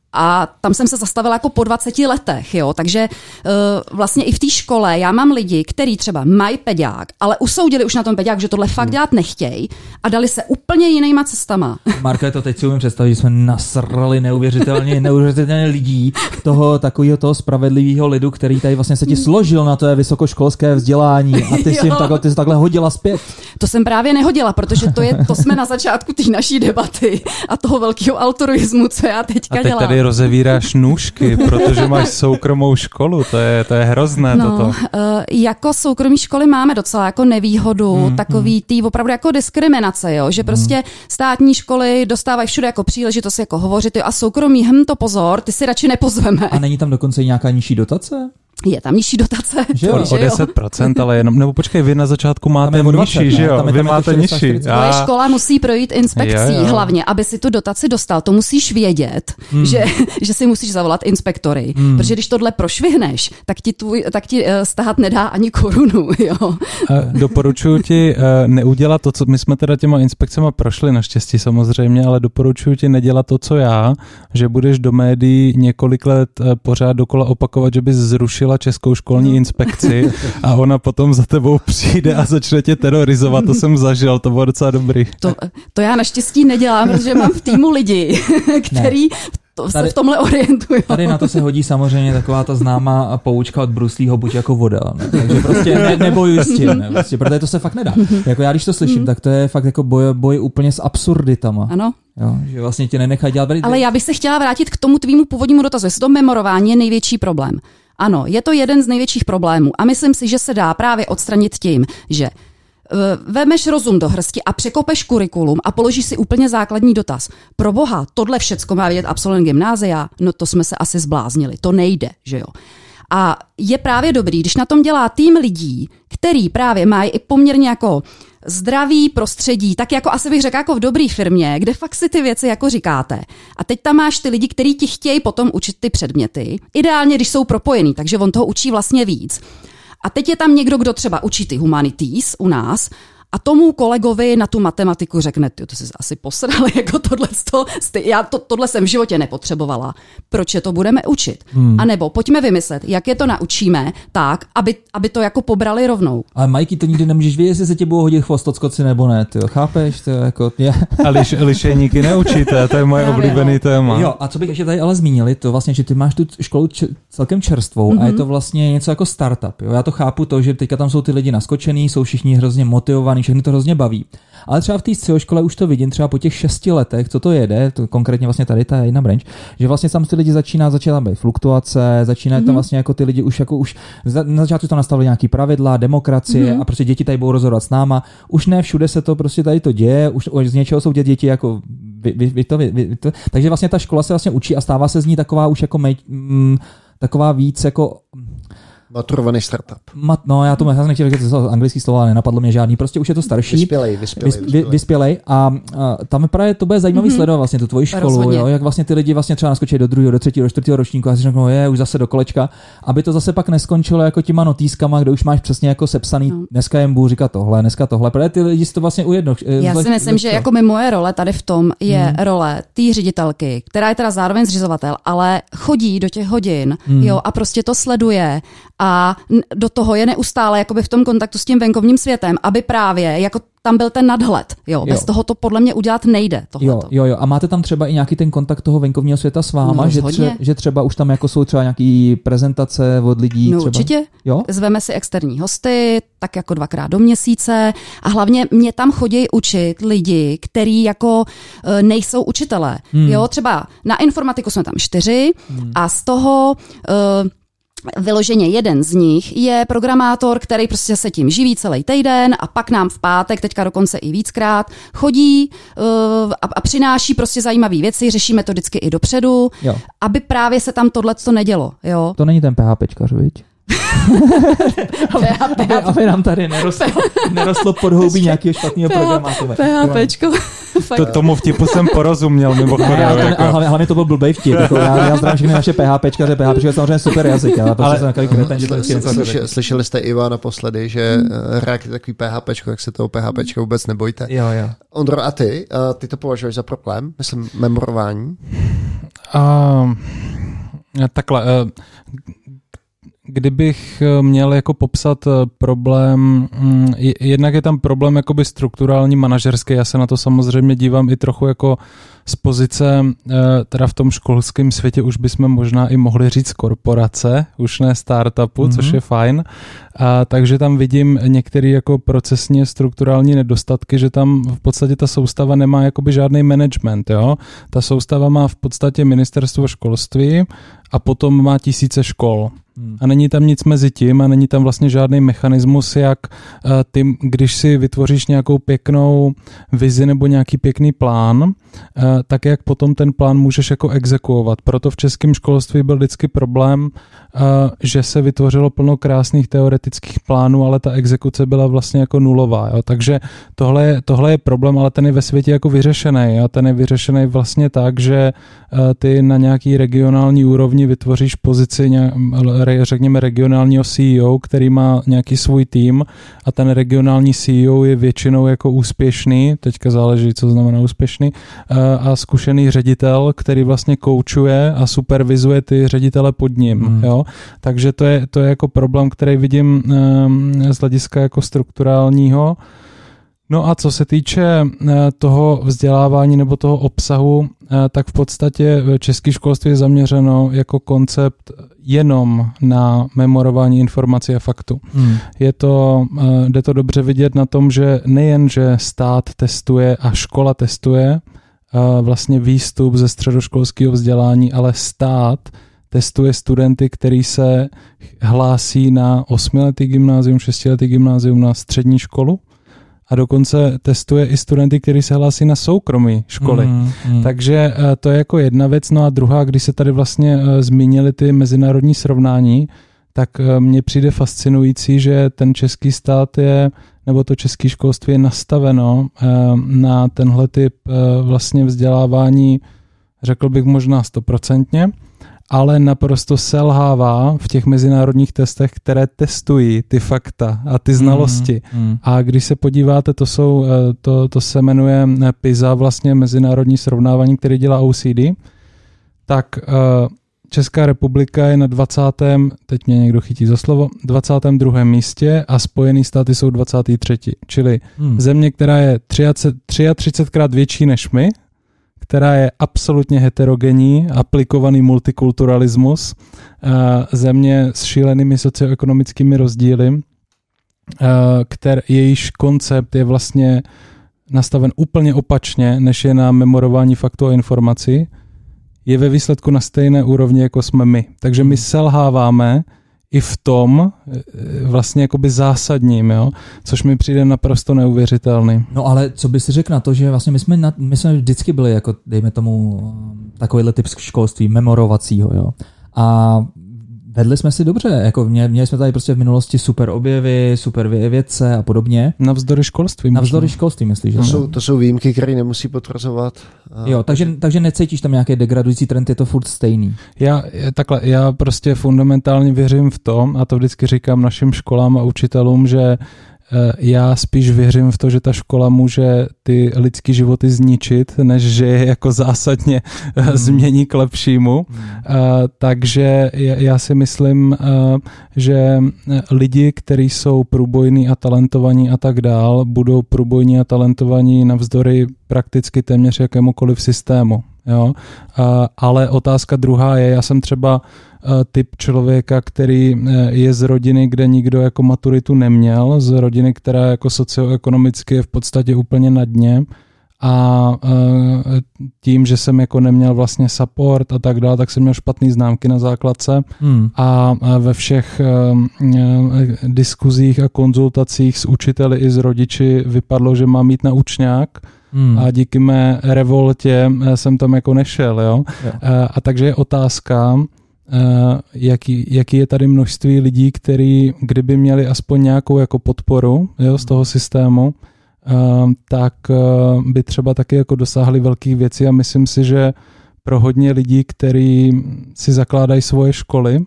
A tam jsem se zastavila jako po dvaceti letech, jo, takže uh, vlastně i v té škole já mám lidi, kteří třeba mají peďák, ale usoudili už na tom peďák, že tohle fakt dělat nechtějí a dali se úplně jinýma cestama. Marko, to teď si umím představit, že jsme nasrali neuvěřitelně, neuvěřitelně lidí, toho takového toho spravedlivého lidu, který tady vlastně se ti složil na to vysokoškolské vzdělání a ty jsi jim takhle, ty jsi takhle hodila zpět. To jsem právě nehodila, protože to, je, to jsme na začátku té naší debaty a toho velkého altruismu, co já teďka a teď dělám. Tady rozevíráš nůžky, protože máš soukromou školu, to je, to je hrozné no, toto. Uh, jako soukromí školy máme docela jako nevýhodu, hmm, takový tý opravdu jako diskriminace, jo, že prostě státní školy dostávají všude jako příležitost jako hovořit, jo, a soukromí, hm, to pozor, ty si radši nepozveme. A není tam dokonce i nějaká nižší dotace? Je tam nižší dotace. Že o, o deset procent, ale jenom, nebo počkej, vy na začátku máte nižší, že jo? Vy máte nižší. Tvoje škola musí projít inspekcí jo, jo. hlavně, aby si tu dotaci dostal. To musíš vědět, hmm. že, že si musíš zavolat inspektory. Hmm. Protože když tohle prošvihneš, tak ti, tvůj, tak ti stát nedá ani korunu. Jo. Doporučuji ti neudělat to, co my jsme teda těma inspekcema prošli, naštěstí samozřejmě, ale doporučuji ti nedělat to, co já, že budeš do médií několik let pořád dokola opakovat, že bys zrušil Českou školní inspekci a ona potom za tebou přijde a začne tě terorizovat. To jsem zažil, to bylo docela dobrý. To, to já naštěstí nedělám, protože mám v týmu lidi, který to se v tomhle orientují. Tady na to se hodí samozřejmě taková ta známá poučka od Bruslího, buď jako voda. Ne? Takže prostě ne, nebojuj s tím, ne? Prostě, protože to se fakt nedá. Jako já, když to slyším, tak to je fakt jako boj, boj úplně s absurditama. Ano. Jo, že vlastně tě nenechají dělat. Ale já bych se chtěla vrátit k tomu tvýmu původnímu dotazu. Jestli to memorování je největší problém. Ano, je to jeden z největších problémů a myslím si, že se dá právě odstranit tím, že uh, vemeš rozum do hrsti a překopeš kurikulum a položíš si úplně základní dotaz. Pro boha, tohle všecko má vědět absolvent gymnázia? No to jsme se asi zbláznili, to nejde, že jo. A je právě dobrý, když na tom dělá tým lidí, který právě mají i poměrně jako zdravý prostředí, tak jako asi bych řekla jako v dobrý firmě, kde fakt si ty věci jako říkáte. A teď tam máš ty lidi, kteří ti chtějí potom učit ty předměty. Ideálně, když jsou propojený, takže on toho učí vlastně víc. A teď je tam někdo, kdo třeba učí ty humanities u nás a tomu kolegovi na tu matematiku řekne, ty to jsi asi posral, jako tohle, já to, tohle jsem v životě nepotřebovala. Proč je to budeme učit? Hmm. A nebo pojďme vymyslet, jak je to naučíme tak, aby, aby to jako pobrali rovnou. Ale Majky, to nikdy nemůžeš vědět, jestli se ti budou hodit chvostockoci nebo ne, ty chápeš? To jako, je. A liš, lišejníky neučíte, to je moje oblíbený no. téma. Jo, a co bych ještě tady ale zmínili, to vlastně, že ty máš tu školu č- celkem čerstvou mm-hmm. a je to vlastně něco jako startup. Jo? Já to chápu to, že teďka tam jsou ty lidi naskočený, jsou všichni hrozně motivovaní, všechny to hrozně baví. Ale třeba v té S C O škole už to vidím, třeba po těch šesti letech, co to jede, to konkrétně vlastně tady ta jedna branch, že vlastně tam ty lidi začíná, začíná být fluktuace, začíná mm-hmm. tam vlastně jako ty lidi už jako už na začátku tam nastavili nějaký pravidla, demokracie mm-hmm. a prostě děti tady budou rozhodovat s náma. Už ne všude se to prostě tady to děje, už z něčeho jsou děti jako vy, vy, vy to, vy, vy to, takže vlastně ta škola se vlastně učí a stává se z ní taková už jako mej, mm, taková víc jako maturovaný startup. Mat, no, já to možná nechtěl říct anglický slovo, ale nenapadlo mě žádný. Prostě už je to starší. Vyspělej, vyspělej. Vys, vy, vyspělej a, a tam je právě to bude zajímavý mm-hmm. sledovat vlastně tu tvoji školu, jo, jak vlastně ty lidi vlastně třeba naskočí do druhého, do třetího, do čtvrtého ročníku a si řeknou, je, už zase do kolečka, aby to zase pak neskončilo jako těma notýskama, kde už máš přesně jako sepsaný, no. dneska jim budu říkat tohle, dneska tohle, protože ty lidi si to vlastně ujedno. Já si myslím, že jako mi moje role tady v tom je mm. role té ředitelky, která je teda zároveň zřizovatel, ale chodí do těch hodin, mm. jo, a prostě to sleduje a do toho je neustále jakoby v tom kontaktu s tím venkovním světem, aby právě jako tam byl ten nadhled. Jo, bez jo. toho to podle mě udělat nejde. Jo, jo, jo. A máte tam třeba i nějaký ten kontakt toho venkovního světa s váma, no, že, tře, že třeba už tam jako jsou třeba nějaký prezentace od lidí? No třeba? Určitě. Jo? Zveme si externí hosty, tak jako dvakrát do měsíce a hlavně mě tam chodí učit lidi, kteří jako uh, nejsou učitelé. Hmm. Jo, třeba na informatiku jsme tam čtyři hmm. a z toho uh, vyloženě jeden z nich je programátor, který prostě se tím živí celý týden a pak nám v pátek, teďka dokonce i víckrát, chodí uh, a, a přináší prostě zajímavé věci, řešíme to vždycky i dopředu, jo. aby právě se tam tohleto nedělo. Jo? To není ten PHPčkař, viď? aby, aby, aby nám tady nerostlo, nerostlo podhoubí nějakého špatného programátora. PHPčko. To, tomu vtipu jsem porozuměl mimochodem. Ne, ale, to, jako. ale hlavně, hlavně to byl blbej vtip. Jako já, já zdravím všechny naše PHPčkaře, PHPčka je samozřejmě super jazyk. Ale, ale jsem takový kreten, že to slyšeli, slyšeli jste Iva naposledy, že hmm. React je takový PHPčko, jak se toho PHPčka vůbec nebojte. Jo, jo. Ondro, a ty? Ty to považuješ za problém? Myslím, memorování? Uh, takhle. Uh, Kdybych měl jako popsat problém, jednak je tam problém jakoby strukturální, manažerský, já se na to samozřejmě dívám i trochu jako z pozice, teda v tom školském světě už bychom možná i mohli říct korporace, už ne startupu, mm-hmm. což je fajn. A takže tam vidím některé jako procesně strukturální nedostatky, že tam v podstatě ta soustava nemá jakoby žádný management, jo. Ta soustava má v podstatě ministerstvo školství a potom má tisíce škol. Hmm. A není tam nic mezi tím a není tam vlastně žádný mechanismus, jak uh, ty, když si vytvoříš nějakou pěknou vizi nebo nějaký pěkný plán, uh, tak jak potom ten plán můžeš jako exekuovat. Proto v českém školství byl vždycky problém, uh, že se vytvořilo plno krásných teoretických plánů, ale ta exekuce byla vlastně jako nulová. Jo? Takže tohle je, tohle je problém, ale ten je ve světě jako vyřešený. A ten je vyřešený vlastně tak, že uh, ty na nějaký regionální úrovni vytvoříš pozici nějak, řekněme regionálního C E O, který má nějaký svůj tým a ten regionální C E O je většinou jako úspěšný, teďka záleží, co znamená úspěšný, a zkušený ředitel, který vlastně koučuje a supervizuje ty ředitele pod ním. Hmm. Jo? Takže to je, to je jako problém, který vidím z hlediska jako strukturálního. No a co se týče toho vzdělávání nebo toho obsahu, tak v podstatě české školství je zaměřeno jako koncept jenom na memorování informací a faktů. Hmm. Je to, jde to dobře vidět na tom, že nejen, že stát testuje a škola testuje vlastně výstup ze středoškolského vzdělání, ale stát testuje studenty, který se hlásí na osmiletý gymnázium, šestiletý gymnázium, na střední školu. A dokonce testuje i studenty, kteří se hlásí na soukromé školy. Mm, mm. Takže to je jako jedna věc. No a druhá, když se tady vlastně zmínili ty mezinárodní srovnání, tak mně přijde fascinující, že ten český stát je, nebo to české školství je nastaveno na tenhle typ vlastně vzdělávání, řekl bych možná stoprocentně, ale naprosto selhává v těch mezinárodních testech, které testují ty fakta a ty znalosti. Mm, mm. A když se podíváte, to jsou, to, to se jmenuje PISA, vlastně mezinárodní srovnávání, který dělá O E C D, tak Česká republika je na dvacátém teď mě někdo chytí za slovo, dvacátém druhém místě a Spojené státy jsou dvacátý třetí Čili mm. země, která je třiatřicetkrát větší než my, která je absolutně heterogenní, aplikovaný multikulturalismus, země s šílenými socioekonomickými rozdíly, který, jejíž koncept je vlastně nastaven úplně opačně, než je na memorování faktů a informací, je ve výsledku na stejné úrovni, jako jsme my. Takže my selháváme i v tom vlastně jakoby zásadním, jo? Což mi přijde naprosto neuvěřitelný. No ale co by si řekl na to, že vlastně my jsme, na, my jsme vždycky byli jako, dejme tomu, takovýhle typ školství, memorovacího, jo. A vedli jsme si dobře, jako mě, měli jsme tady prostě v minulosti super objevy, super vědce a podobně. Navzdory školství. Navzdory školství, myslíš? To jsou, to jsou výjimky, které nemusí potvrzovat. A... Jo, takže, takže necítíš tam nějaký degradující trend, je to furt stejný. Já, takhle, já prostě fundamentálně věřím v tom, a to vždycky říkám našim školám a učitelům, že já spíš věřím v to, že ta škola může ty lidský životy zničit, než že je jako zásadně hmm. změní k lepšímu. Hmm. Uh, takže já si myslím, uh, že lidi, kteří jsou průbojní a talentovaní a tak dál, budou průbojní a talentovaní navzdory prakticky téměř jakémukoliv systému. Jo? Uh, ale otázka druhá je, já jsem třeba typ člověka, který je z rodiny, kde nikdo jako maturitu neměl, z rodiny, která jako socioekonomicky je v podstatě úplně na dně a tím, že jsem jako neměl vlastně support a tak dále, tak jsem měl špatný známky na základce hmm. a ve všech diskuzích a konzultacích s učiteli i s rodiči vypadlo, že mám jít na učňák. Hmm. A díky mé revoltě jsem tam jako nešel, jo. jo. A, a takže je otázka, Uh, jaký, jaký je tady množství lidí, který kdyby měli aspoň nějakou jako podporu, jo, z toho systému, uh, tak uh, by třeba taky jako dosáhli velkých věcí a myslím si, že pro hodně lidí, kteří si zakládají svoje školy, uh,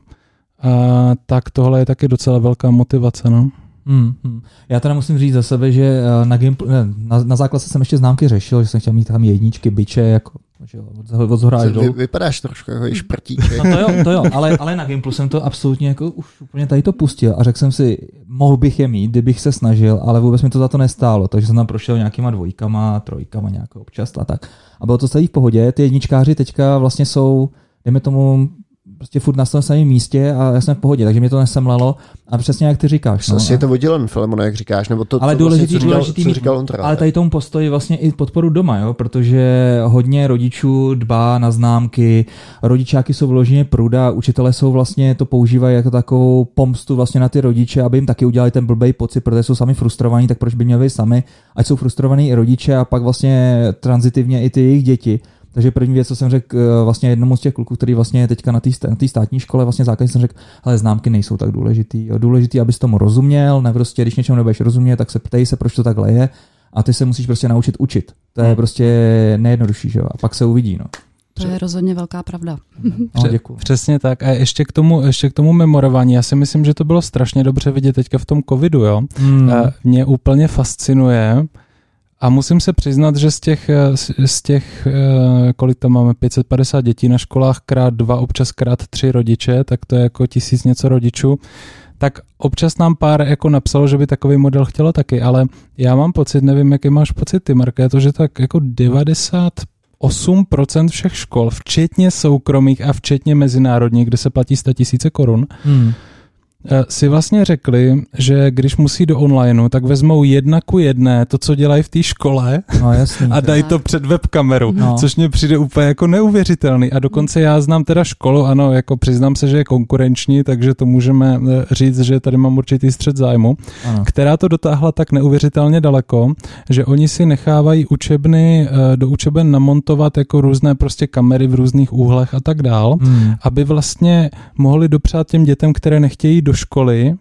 tak tohle je taky docela velká motivace, no. Hmm, hmm. Já teda musím říct za sebe, že na, gimpl, ne, na, na základce jsem ještě známky řešil, že jsem chtěl mít tam jedničky, biče, jako od, od zhora až dolů. Vypadáš trošku jako šprtíček. No to jo, to jo, ale, ale na Gimplu jsem to absolutně jako už úplně tady to pustil a řekl jsem si, mohl bych je mít, kdybych se snažil, ale vůbec mi to za to nestálo, takže jsem tam prošel nějakýma dvojkama, trojkama nějakou občas a tak. A bylo to celý v pohodě, ty jedničkáři teďka vlastně jsou, dejme tomu, prostě furt na tom samém místě a já jsem v pohodě, takže mě to nesemlelo a přesně jak ty říkáš. No, asi je to oddělen, Filemone, jak říkáš, nebo to, ale to důležitý, vlastně, důležitý, co říkal, co říkal on ale tady tomu postoji vlastně i podporu doma, jo, protože hodně rodičů dbá na známky, rodičáky jsou vloženě pruda, učitelé jsou vlastně to používají jako takovou pomstu vlastně na ty rodiče, aby jim taky udělali ten blbej pocit, protože jsou sami frustrovaní, tak proč by měli být sami, ať jsou frustrovaní i rodiče a pak vlastně transitivně i ty jejich děti. Takže první věc, co jsem řekl vlastně jednomu z těch kluků, který vlastně je teďka na té státní škole, vlastně základně jsem řekl, ale známky nejsou tak důležitý. Jo. Důležitý, abys tomu rozuměl, ne prostě, když něčemu nebudeš rozumět, tak se ptej se, proč to takhle je a ty se musíš prostě naučit učit. To je prostě nejjednodušší, že jo. A pak se uvidí, no. To je rozhodně velká pravda. No, děkuju. Přesně tak. A ještě k tomu, ještě k tomu memorování. Já si myslím, že to bylo strašně dobře vidět teďka v tom covidu, jo. Hmm. Mě úplně fascinuje. A musím se přiznat, že z těch, z těch, kolik tam máme, pět set padesát dětí na školách krát dva, občas krát tři rodiče, tak to je jako tisíc něco rodičů, tak občas nám pár jako napsalo, že by takový model chtělo taky, ale já mám pocit, nevím, jaký máš pocit ty, Marka, je to, že tak jako devadesát osm procent všech škol, včetně soukromých a včetně mezinárodních, kde se platí sto tisíce korun, hmm. si vlastně řekli, že když musí do onlineu, tak vezmou jedna ku jedné to, co dělají v té škole no, jasný, a dají to před webkameru, no. Což mě přijde úplně jako neuvěřitelný. A dokonce já znám teda školu, ano, jako přiznám se, že je konkurenční, takže to můžeme říct, že tady mám určitý střet zájmu, ano. Která to dotáhla tak neuvěřitelně daleko, že oni si nechávají učebny, do učeben namontovat jako různé prostě kamery v různých úhlech a tak dál, hmm. aby vlastně mohli dopřát těm dětem, které nechtějí do školy,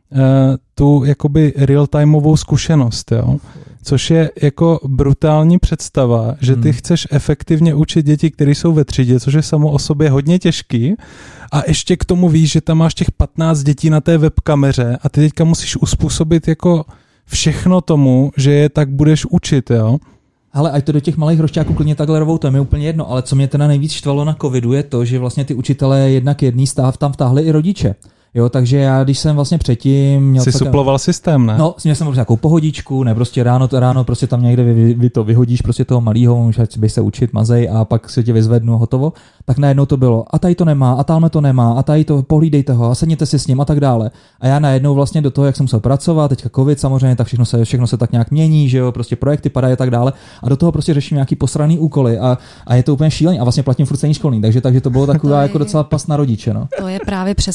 tu jakoby real-timeovou zkušenost, jo? Což je jako brutální představa, že ty hmm. chceš efektivně učit děti, které jsou ve třídě, což je samo o sobě hodně těžký a ještě k tomu víš, že tam máš těch patnáct dětí na té webkameře a ty teďka musíš uspůsobit jako všechno tomu, že je tak budeš učit, jo? Ale ať to do těch malých hrošťáků klidně takhle rovou, to je mi úplně jedno, ale co mě teda nejvíc štvalo na covidu je to, že vlastně ty učitelé jednak jedný stáv tam vtáhli i rodiče. Jo, takže já, když jsem vlastně předtím měl... Jsi celkem... suploval systém, ne? No, měl jsem prostě nějakou pohodičku, ne, prostě ráno, to ráno prostě tam někde vy, vy to vyhodíš prostě toho malýho, ať bys se učit, mazej a pak se tě vyzvednu, hotovo. Tak najednou to bylo, a tady to nemá, a tamhle to nemá, a tady to, pohlídejte ho, a sedněte si s ním a tak dále. A já najednou vlastně do toho, jak jsem musel pracovat, teďka covid samozřejmě, tak všechno se, všechno se tak nějak mění, že jo, prostě projekty padají a tak dále. A do toho prostě řeším nějaký posraný úkoly a, a je to úplně šílený a vlastně platím furt stejný školní, takže takže to bylo taková to je, jako docela pas na rodiče, no. To je právě přesně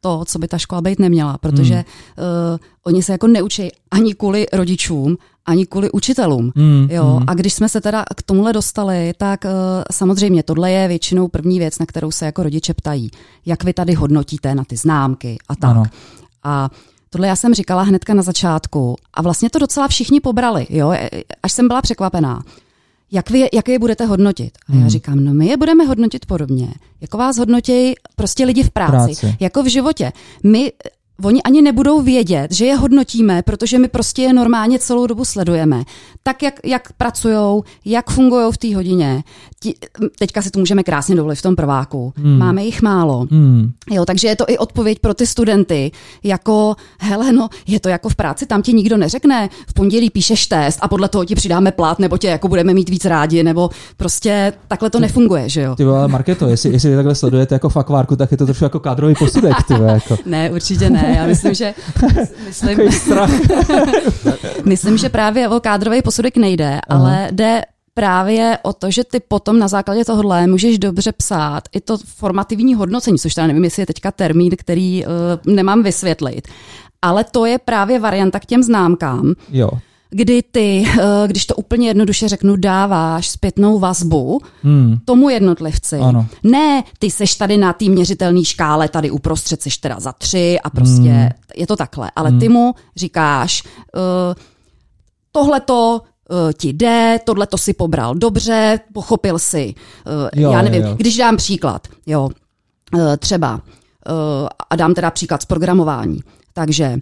to, co by ta škola být neměla, protože hmm. uh, oni se jako neučí ani kvůli rodičům, ani kvůli učitelům. Hmm. Jo? Hmm. A když jsme se teda k tomuhle dostali, tak uh, samozřejmě tohle je většinou první věc, na kterou se jako rodiče ptají. Jak vy tady hodnotíte na ty známky a tak. Ano. A tohle já jsem říkala hnedka na začátku a vlastně to docela všichni pobrali, jo? Až jsem byla překvapená. Jak vy, jak je budete hodnotit? A já říkám, no my je budeme hodnotit podobně. Jako vás hodnotí prostě lidi v práci, práci. Jako v životě. My, oni ani nebudou vědět, že je hodnotíme, protože my prostě je normálně celou dobu sledujeme. Tak, jak, jak pracujou, jak fungují v té hodině. Ti, teďka si to můžeme krásně dovolit v tom prváku. Hmm. Máme jich málo. Hmm. Jo, takže je to i odpověď pro ty studenty, jako, hele, no, je to jako v práci, tam ti nikdo neřekne, v pondělí píšeš test a podle toho ti přidáme plat, nebo tě jako budeme mít víc rádi, nebo prostě takhle to nefunguje, že jo. Ty vole, Markéto, jestli, jestli vy takhle sledujete jako fakvárku, tak je to trošku jako kádrový posudek, ty vole, jako. Ne, určitě ne, já myslím, že myslím, myslím, že právě o kádrový posudek nejde, Aha. ale jde právě o to, že ty potom na základě tohohle můžeš dobře psát i to formativní hodnocení, což teda nevím, jestli je teďka termín, který uh, nemám vysvětlit. Ale to je právě varianta k těm známkám, jo. kdy ty, uh, když to úplně jednoduše řeknu, dáváš zpětnou vazbu hmm. tomu jednotlivci. Ano. Ne, ty seš tady na té měřitelné škále, tady uprostřed seš teda za tři a prostě hmm. je to takhle. Ale hmm. ty mu říkáš, uh, tohleto ti jde, tohle to si pobral dobře, pochopil si. Jo, já nevím, jo. Když dám příklad, jo, třeba, a dám teda příklad z programování, takže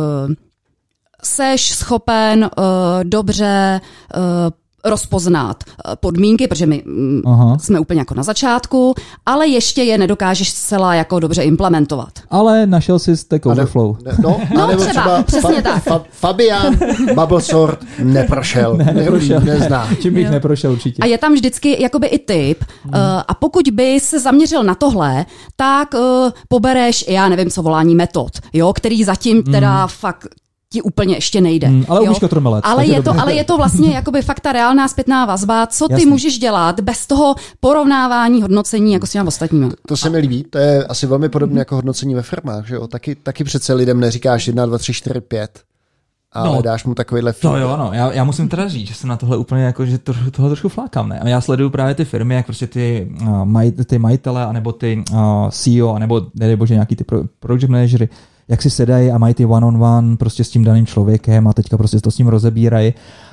seš schopen dobře rozpoznat podmínky, protože my Aha. jsme úplně jako na začátku, ale ještě je nedokážeš zcela jako dobře implementovat. Ale našel jsi Stack Overflow. Ne, no, no třeba, třeba, přesně fa- tak. Fa- Fabian Bubblesort neprošel. Ne, neprošel. Ne, nezná. Čím bych jo. neprošel určitě. A je tam vždycky jakoby i tip. Hmm. Uh, a pokud by se zaměřil na tohle, tak uh, pobereš, já nevím, co volání metod, jo, který zatím teda hmm. fakt ti úplně ještě nejde. Hmm, ale umíš kotromelec. Ale je, to, ale je to vlastně jakoby fakt ta reálná zpětná vazba, co ty Jasný. můžeš dělat bez toho porovnávání hodnocení jako s těmi ostatními. To, to se mi líbí, to je asi velmi podobné jako hodnocení ve firmách, že jo? Taky, taky přece lidem neříkáš jedna, dva, tři, čtyři, pět, ale no, dáš mu takovýhle film. To jo, no. Já, já musím teda říct, že jsem na tohle úplně jako, že to, toho trošku flákám, ne? Já sleduju právě ty firmy, jak prostě ty, uh, maj, ty majitele, anebo ty uh, C E O, anebo nedej bože nějaký ty pro, project managery, jak si sedají a mají ty one-on-one prostě s tím daným člověkem a teďka prostě to s ním rozebírají.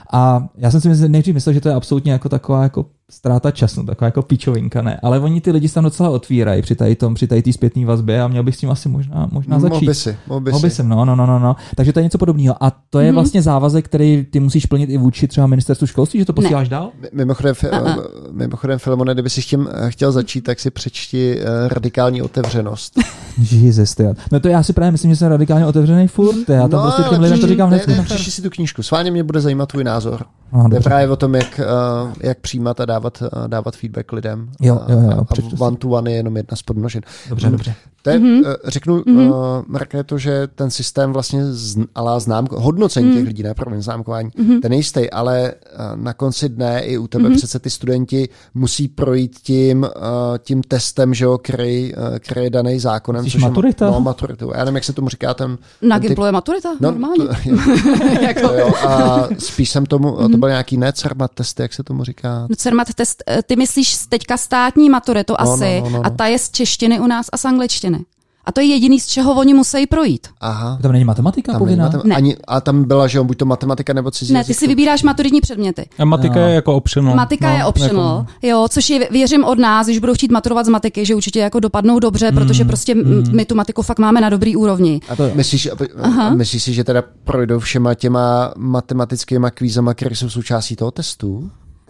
A já jsem si nejdřív myslel, že to je absolutně jako taková jako ztráta času, taková jako pičovinka, ne. Ale oni ty lidi se tam docela otvírají při tady tom, při tady té zpětné vazbě a měl bych s tím asi možná, možná začít. Mohl by si, mohl by si. Jsem, no, no, no, no. Takže to je něco podobného. A to je mm-hmm. vlastně závazek, který ty musíš plnit i vůči třeba ministerstvu školství, že to posíláš ne. dál? Mimochodem, uh-uh. mimochodem Filemone, kdyby si s tím chtěl začít, tak si přečti radikální otevřenost. Jesus, ty. No to já si právě myslím, že jsem radikálně otevřený furt. Já tam no, prostě těm lidem to říkám hned. Ne, ne, přečti si tu knížku. Sválně mě bude zajímat tvůj názor. To je právě o tom, jak, uh, jak přijímat a dávat, uh, dávat feedback lidem. Jo, jo, jo, a one to one je jenom jedna z podmnožin. Dobře, hmm. dobře. To je, mm-hmm. uh, řeknu, mm-hmm. uh, Markéto, že ten systém vlastně z, alá známko, hodnocení mm. těch lidí, ne promiň, známkování, mm-hmm. ten nejistý, ale uh, na konci dne i u tebe mm-hmm. přece ty studenti musí projít tím, uh, tím testem, že jo, který, uh, který je daný zákonem. Což maturita? Je, no, maturitu. Já nevím, jak se tomu říká ten... Na Gimplu je maturita? No, normálně. To, jako. to jo, a spíš jsem tomu, mm-hmm. to byl nějaký ne Cermat testy, jak se tomu říká? No, Cermat test, ty myslíš teďka státní maturitu no, asi no, no, no, no. a ta je z češtiny u nás a z angličtiny. A to je jediný, z čeho oni musí projít. Aha. Tam není matematika povinná? Matem- ne. Ani, a tam byla, že on buď to matematika nebo cizí Ne, jazyk, ty si vybíráš maturitní předměty. A matika no. je jako optional. Matika no, je optional, jako... jo, což je, věřím od nás, když budou chtít maturovat z matiky, že určitě jako dopadnou dobře, mm, protože prostě mm. my tu matiku fakt máme na dobrý úrovni. A to, myslíš, myslíš si, že teda projdou všema těma matematickýma kvízama, které jsou součástí toho testu?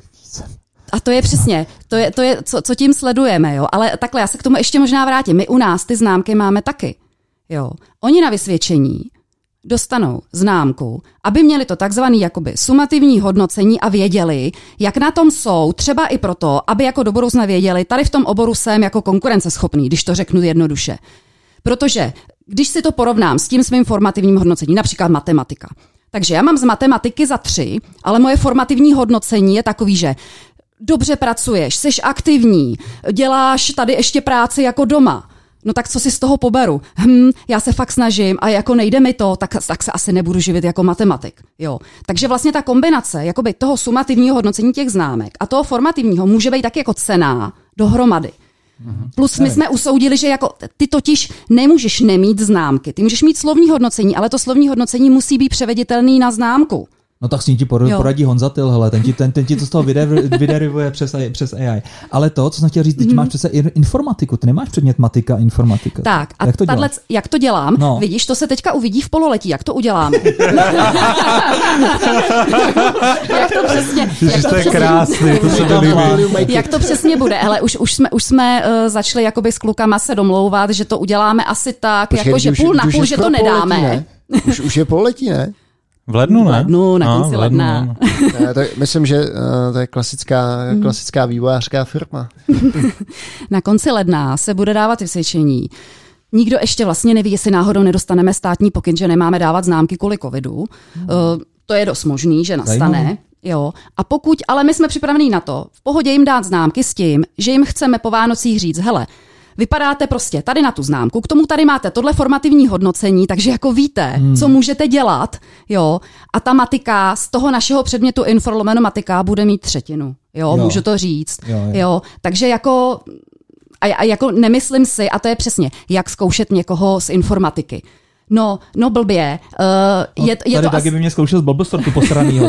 A to je přesně, to je, to je co, co tím sledujeme, jo. Ale takhle, já se k tomu ještě možná vrátím. My u nás ty známky máme taky, jo. Oni na vysvědčení dostanou známku, aby měli to takzvané jakoby sumativní hodnocení a věděli, jak na tom jsou, třeba i proto, aby jako do budoucna věděli, tady v tom oboru jsem jako konkurenceschopný, když to řeknu jednoduše. Protože když si to porovnám s tím svým formativním hodnocením, například matematika. Takže já mám z matematiky za tři, ale moje formativní hodnocení je takový, že dobře pracuješ, jsi aktivní, děláš tady ještě práci jako doma. No tak co si z toho poberu? Hm, já se fakt snažím a jako nejde mi to, tak, tak se asi nebudu živit jako matematik. Jo. Takže vlastně ta kombinace jakoby toho sumativního hodnocení těch známek a toho formativního může být tak jako cenná dohromady. Mm-hmm. Plus my jsme usoudili, že jako ty totiž nemůžeš nemít známky. Ty můžeš mít slovní hodnocení, ale to slovní hodnocení musí být převeditelný na známku. No tak s ním ti poradí Honza Tyl, hele, ten ti, ten, ten ti to z toho vyderivuje přes, přes A I. Ale to, co jsem chtěl říct, ty mm. máš přece informatiku, ty nemáš předmět matika, informatika. Tak, a jak to, tato, jak to dělám? No. Vidíš, to se teďka uvidí v pololetí, jak to uděláme. jak to přesně, jak to, to je krásný, to se líbí. Jak to přesně bude, ale už, už jsme, už jsme uh, začali jakoby s klukama se domlouvat, že to uděláme asi tak, Počkej, jako že půl na půl, že to nedáme. Ne? Už, už je pololetí, ne? V lednu, ne? V lednu, na konci no, ledna. ledna. Ne, to, myslím, že uh, to je klasická, klasická vývojářská firma. Na konci ledna se bude dávat vysvědčení. Nikdo ještě vlastně neví, jestli náhodou nedostaneme státní pokyn, že nemáme dávat známky kvůli covidu. Uh, to je dost možný, že nastane. Jo. A pokud, ale my jsme připravení na to, v pohodě jim dát známky s tím, že jim chceme po Vánocích říct, hele, vypadáte prostě tady na tu známku, k tomu tady máte tohle formativní hodnocení, takže jako víte, hmm. co můžete dělat, jo, a ta matika z toho našeho předmětu informeno matika bude mít třetinu, jo, jo. můžu to říct, jo, jo. jo, takže jako, a, a jako nemyslím si, a to je přesně, jak zkoušet někoho z informatiky. No, no blbě. Uh, je, no, je tady to taky as... by mě zkoušel z blbostortu posranýho,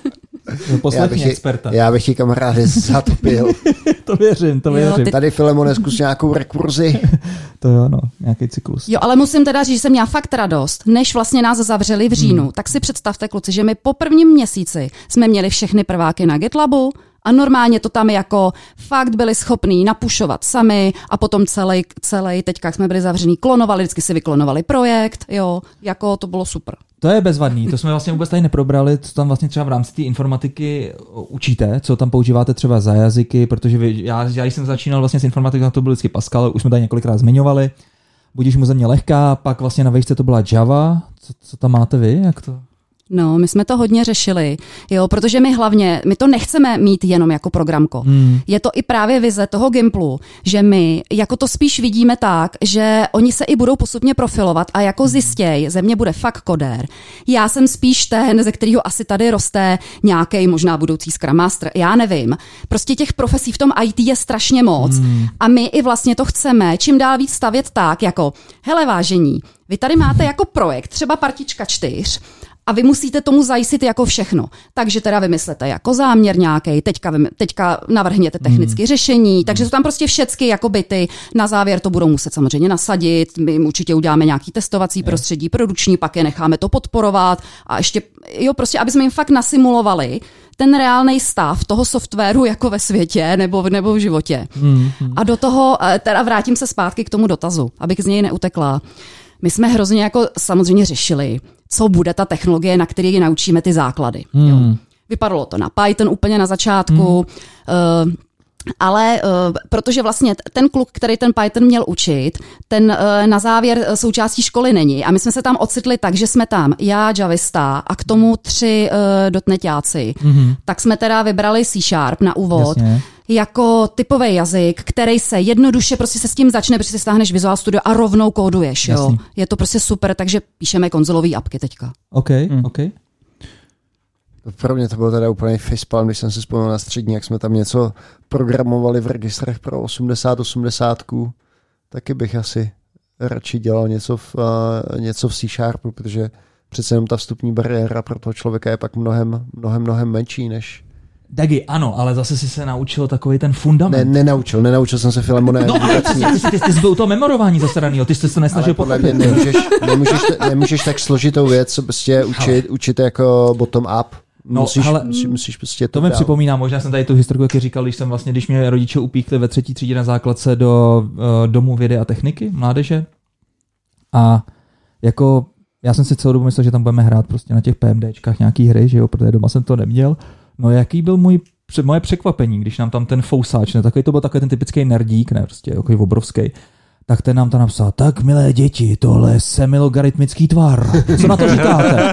já bych, experta. já bych ti kamarády zatopil. to věřím, to věřím. Jo, ty... Tady Filemone, zkus nějakou rekurzi. to jo, no, nějaký cyklus. Jo, ale musím teda říct, že jsem měla fakt radost, než vlastně nás zavřeli v říjnu. Hmm. Tak si představte, kluci, že my po prvním měsíci jsme měli všechny prváky na GitLabu a normálně to tam jako fakt byli schopní napušovat sami a potom celý, celý teďka, jak jsme byli zavřený, klonovali, vždycky si vyklonovali projekt, jo, jako to bylo super. To je bezvadný, to jsme vlastně vůbec tady neprobrali, co tam vlastně třeba v rámci té informatiky učíte, co tam používáte třeba za jazyky, protože vy, já, já jsem začínal vlastně s informatikou, to byl vždycky Pascal, už jsme tady několikrát zmiňovali, budíš mu země lehká, pak vlastně na výšce to byla Java, co, co tam máte vy, jak to... No, my jsme to hodně řešili, jo, protože my hlavně, my to nechceme mít jenom jako programko. Hmm. Je to i právě vize toho Gimplu, že my jako to spíš vidíme tak, že oni se i budou postupně profilovat a jako zjistěj, ze mě bude fakt kodér. Já jsem spíš ten, ze kterého asi tady roste nějaký možná budoucí Scrum Master, já nevím. Prostě těch profesí v tom í té je strašně moc hmm. a my i vlastně to chceme čím dál víc stavět tak, jako hele vážení, vy tady máte jako projekt, třeba partička čtyř, a vy musíte tomu zajistit jako všechno. Takže teda vymyslete jako záměr nějaký, teďka, teďka navrhněte technické mm. řešení, takže jsou tam prostě všechny jako byty. Na závěr to budou muset samozřejmě nasadit, my určitě uděláme nějaký testovací je. prostředí, produkční, pak je necháme to podporovat a ještě, jo, prostě, aby jsme jim fakt nasimulovali ten reálný stav toho softwaru jako ve světě nebo, nebo v životě. Mm. A do toho, teda vrátím se zpátky k tomu dotazu, abych z něj neutekla. My jsme hrozně jako samozřejmě řešili, co bude ta technologie, na které naučíme ty základy. Hmm. Jo. Vypadalo to na Python úplně na začátku, hmm. uh, ale uh, protože vlastně ten kluk, který ten Python měl učit, ten uh, na závěr součástí školy není. A my jsme se tam ocitli tak, že jsme tam já, javista a k tomu tři uh, dotneťáci. Hmm. Tak jsme teda vybrali C Sharp na úvod. Jasně. Jako typový jazyk, který se jednoduše prostě se s tím začne, protože si stáhneš Visual Studio a rovnou kóduješ. Jo. Je to prostě super, takže píšeme konzolový apky teďka. OK, hmm. OK. Pro mě to bylo teda úplně facepalm, když jsem si vzpomněl na střední, jak jsme tam něco programovali v registrech pro osmdesát osmdesát, taky bych asi radši dělal něco v, uh, něco v C Sharpu, protože přece jenom ta vstupní bariéra pro toho člověka je pak mnohem, mnohem, mnohem menší než... Dagi, ano, ale zase si se naučil takový ten fundament. Ne, nenaučil, nenaučil jsem se Filemone. No, ale ty, ty, ty, ty jsi byl u toho memorování zasranýho, ty jsi to nesnažil pochopit. Nemůžeš, nemůžeš, nemůžeš tak složitou věc prostě učit, učit jako bottom up. No, musíš, ale musíš, musíš prostě to mi připomíná, možná jsem tady tu historku taky říkal, když jsem vlastně, když mě rodiče upíkli ve třetí třídě na základce do uh, domu vědy a techniky, mládeže. A jako, já jsem si celou dobu myslel, že tam budeme hrát prostě na těch PMDčkách nějaký hry, že jo, protože doma jsem to neměl. No jaký byl můj, moje překvapení, když nám tam ten fousáč, ne, takový to byl takový ten typický nerdík, ne, prostě takový obrovský, tak ten nám tam napsal, tak milé děti, tohle je semilogaritmický tvar. Co na to říkáte?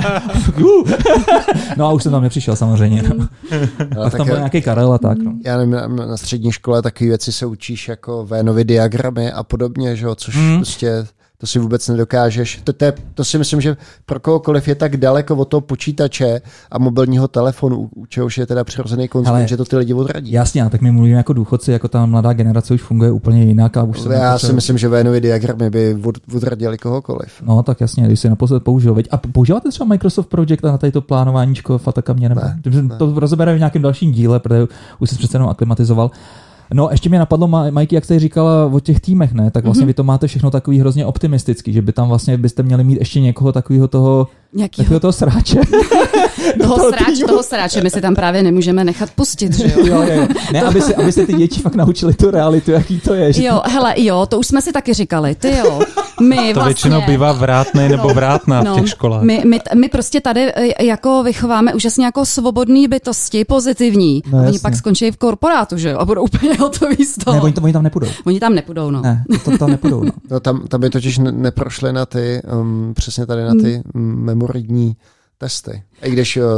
No a už jsem tam nepřišel samozřejmě. No. No, tak tam byl nějaký Karel a tak. No. Já nevím, na střední škole takové věci se učíš jako Vénovy diagramy a podobně, že jo, což hmm. prostě to si vůbec nedokážeš. To, to, je, to si myslím, že pro kohokoliv je tak daleko od toho počítače a mobilního telefonu, u čehož je teda přirozený konzum, že to ty lidi odradí. Jasně, tak my mluvíme jako důchodci, jako ta mladá generace už funguje úplně jinak. A už se Já si myslím, že Vénovy diagramy by od, odradili kohokoliv. No tak jasně, když si naposled použil. Veď. A používáte třeba Microsoft Project na tady to plánováníčko Fataka mě nebo? Ne, ne. To rozebereme v nějakém dalším díle, protože už jsi přece jenom aklimatizoval. No, ještě mě napadlo, Majky, jak jsi říkala o těch týmech, ne? Tak vlastně mm-hmm. vy to máte všechno takový hrozně optimistický, že by tam vlastně byste měli mít ještě někoho takového toho, takového toho sráče. toho, toho, sráč, toho sráče, my si tam právě nemůžeme nechat pustit, že jo? jo, jo. Ne, aby se, aby se ty děti fakt naučili tu realitu, jaký to je. Že? Jo, hele, jo, to už jsme si taky říkali, ty jo. My to vlastně, většinou bývá vrátnej nebo vrátná no, v těch školách. My, my, my prostě tady jako vychováme úžasně jako svobodný bytosti, pozitivní. No, oni pak skončí v korporátu, že jo? A budou úplně hotoví z toho. Ne, oni, to, oni tam nepůjdou. Oni tam nepůjdou, no. Ne, to, to tam nepůjdou, no. no tam, tam by totiž neprošli na ty, um, přesně tady na ty mm. memoridní testy. I když, uh,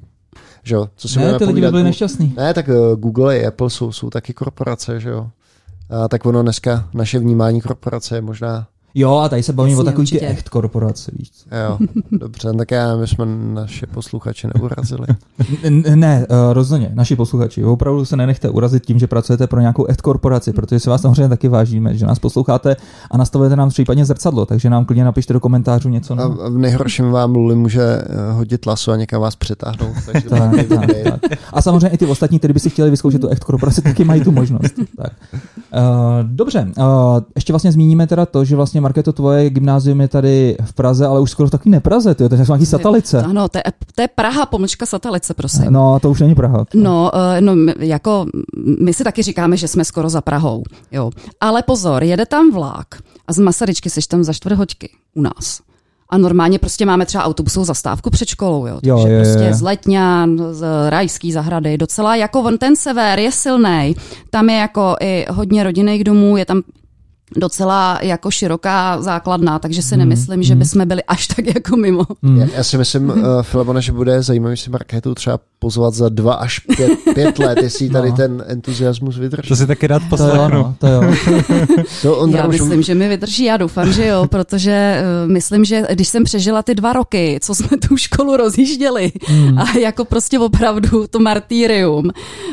že jo, co si ne, ty lidi by byli nešťastný. Ne, tak uh, Google a Apple jsou, jsou taky korporace, že jo. A tak ono dneska, naše vnímání korporace je možná. Jo, a tady se bavíme Jasně, o takový ty echt korporace, víš co. Jo, dobře, tak já, my jsme naše posluchače neurazili. Ne, ne uh, rozhodně, naši posluchači, opravdu se nenechte urazit tím, že pracujete pro nějakou echt korporaci, protože se vás samozřejmě taky vážíme, že nás posloucháte a nastavujete nám případně zrcadlo, takže nám klidně napište do komentářů něco. No. A v nejhorším vám Luli může hodit laso a někam vás přetáhnout. Takže tak, tak, tak. A samozřejmě i ty ostatní, kteří by si chtěli vyzkoušet tu echt korporaci, taky mají tu možnost. Tak. Uh, dobře, uh, ještě vlastně zmíníme teda to, že vlastně Markéto, tvoje gymnázium je tady v Praze, ale už skoro v takový nepraze, to je nějaký Satalice. Ano, to je, to je Praha pomlčka Satalice, prosím. No, to už není Praha. To. No, no, jako my si taky říkáme, že jsme skoro za Prahou, jo. Ale pozor, jede tam vlak a z Masaryčky seš tam za čtvrt hoďky u nás. A normálně prostě máme třeba autobusovou zastávku před školou, jo. Takže jo, je, prostě je. z Letňan, z Rajský zahrady, docela jako on ten sever je silnej. Tam je jako i hodně rodinných domů, je tam docela jako široká základna, takže si nemyslím, že bychom byli až tak jako mimo. Hmm. Já, já si myslím, uh, Filipone, že bude zajímavý si Markétu třeba pozvat za dva až pět, pět let, jestli no. tady ten entuziasmus vydrží. To si taky rád poslechnu. To jo, no, to jo. to já myslím, um... že mi vydrží, já doufám, že jo, protože uh, myslím, že když jsem přežila ty dva roky, co jsme tu školu rozjížděli hmm. a jako prostě opravdu to martýrium,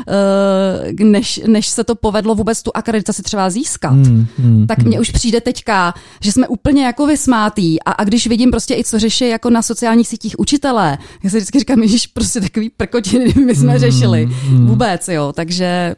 uh, než, než se to povedlo vůbec tu akreditaci třeba získat, hmm. Hmm. tak mně už přijde teďka, že jsme úplně jako vysmátý a, a když vidím prostě i co řeší jako na sociálních sítích učitelé, já si vždycky říkám, ježiš, prostě takový prkotiny my jsme mm, řešili mm. vůbec, jo, takže...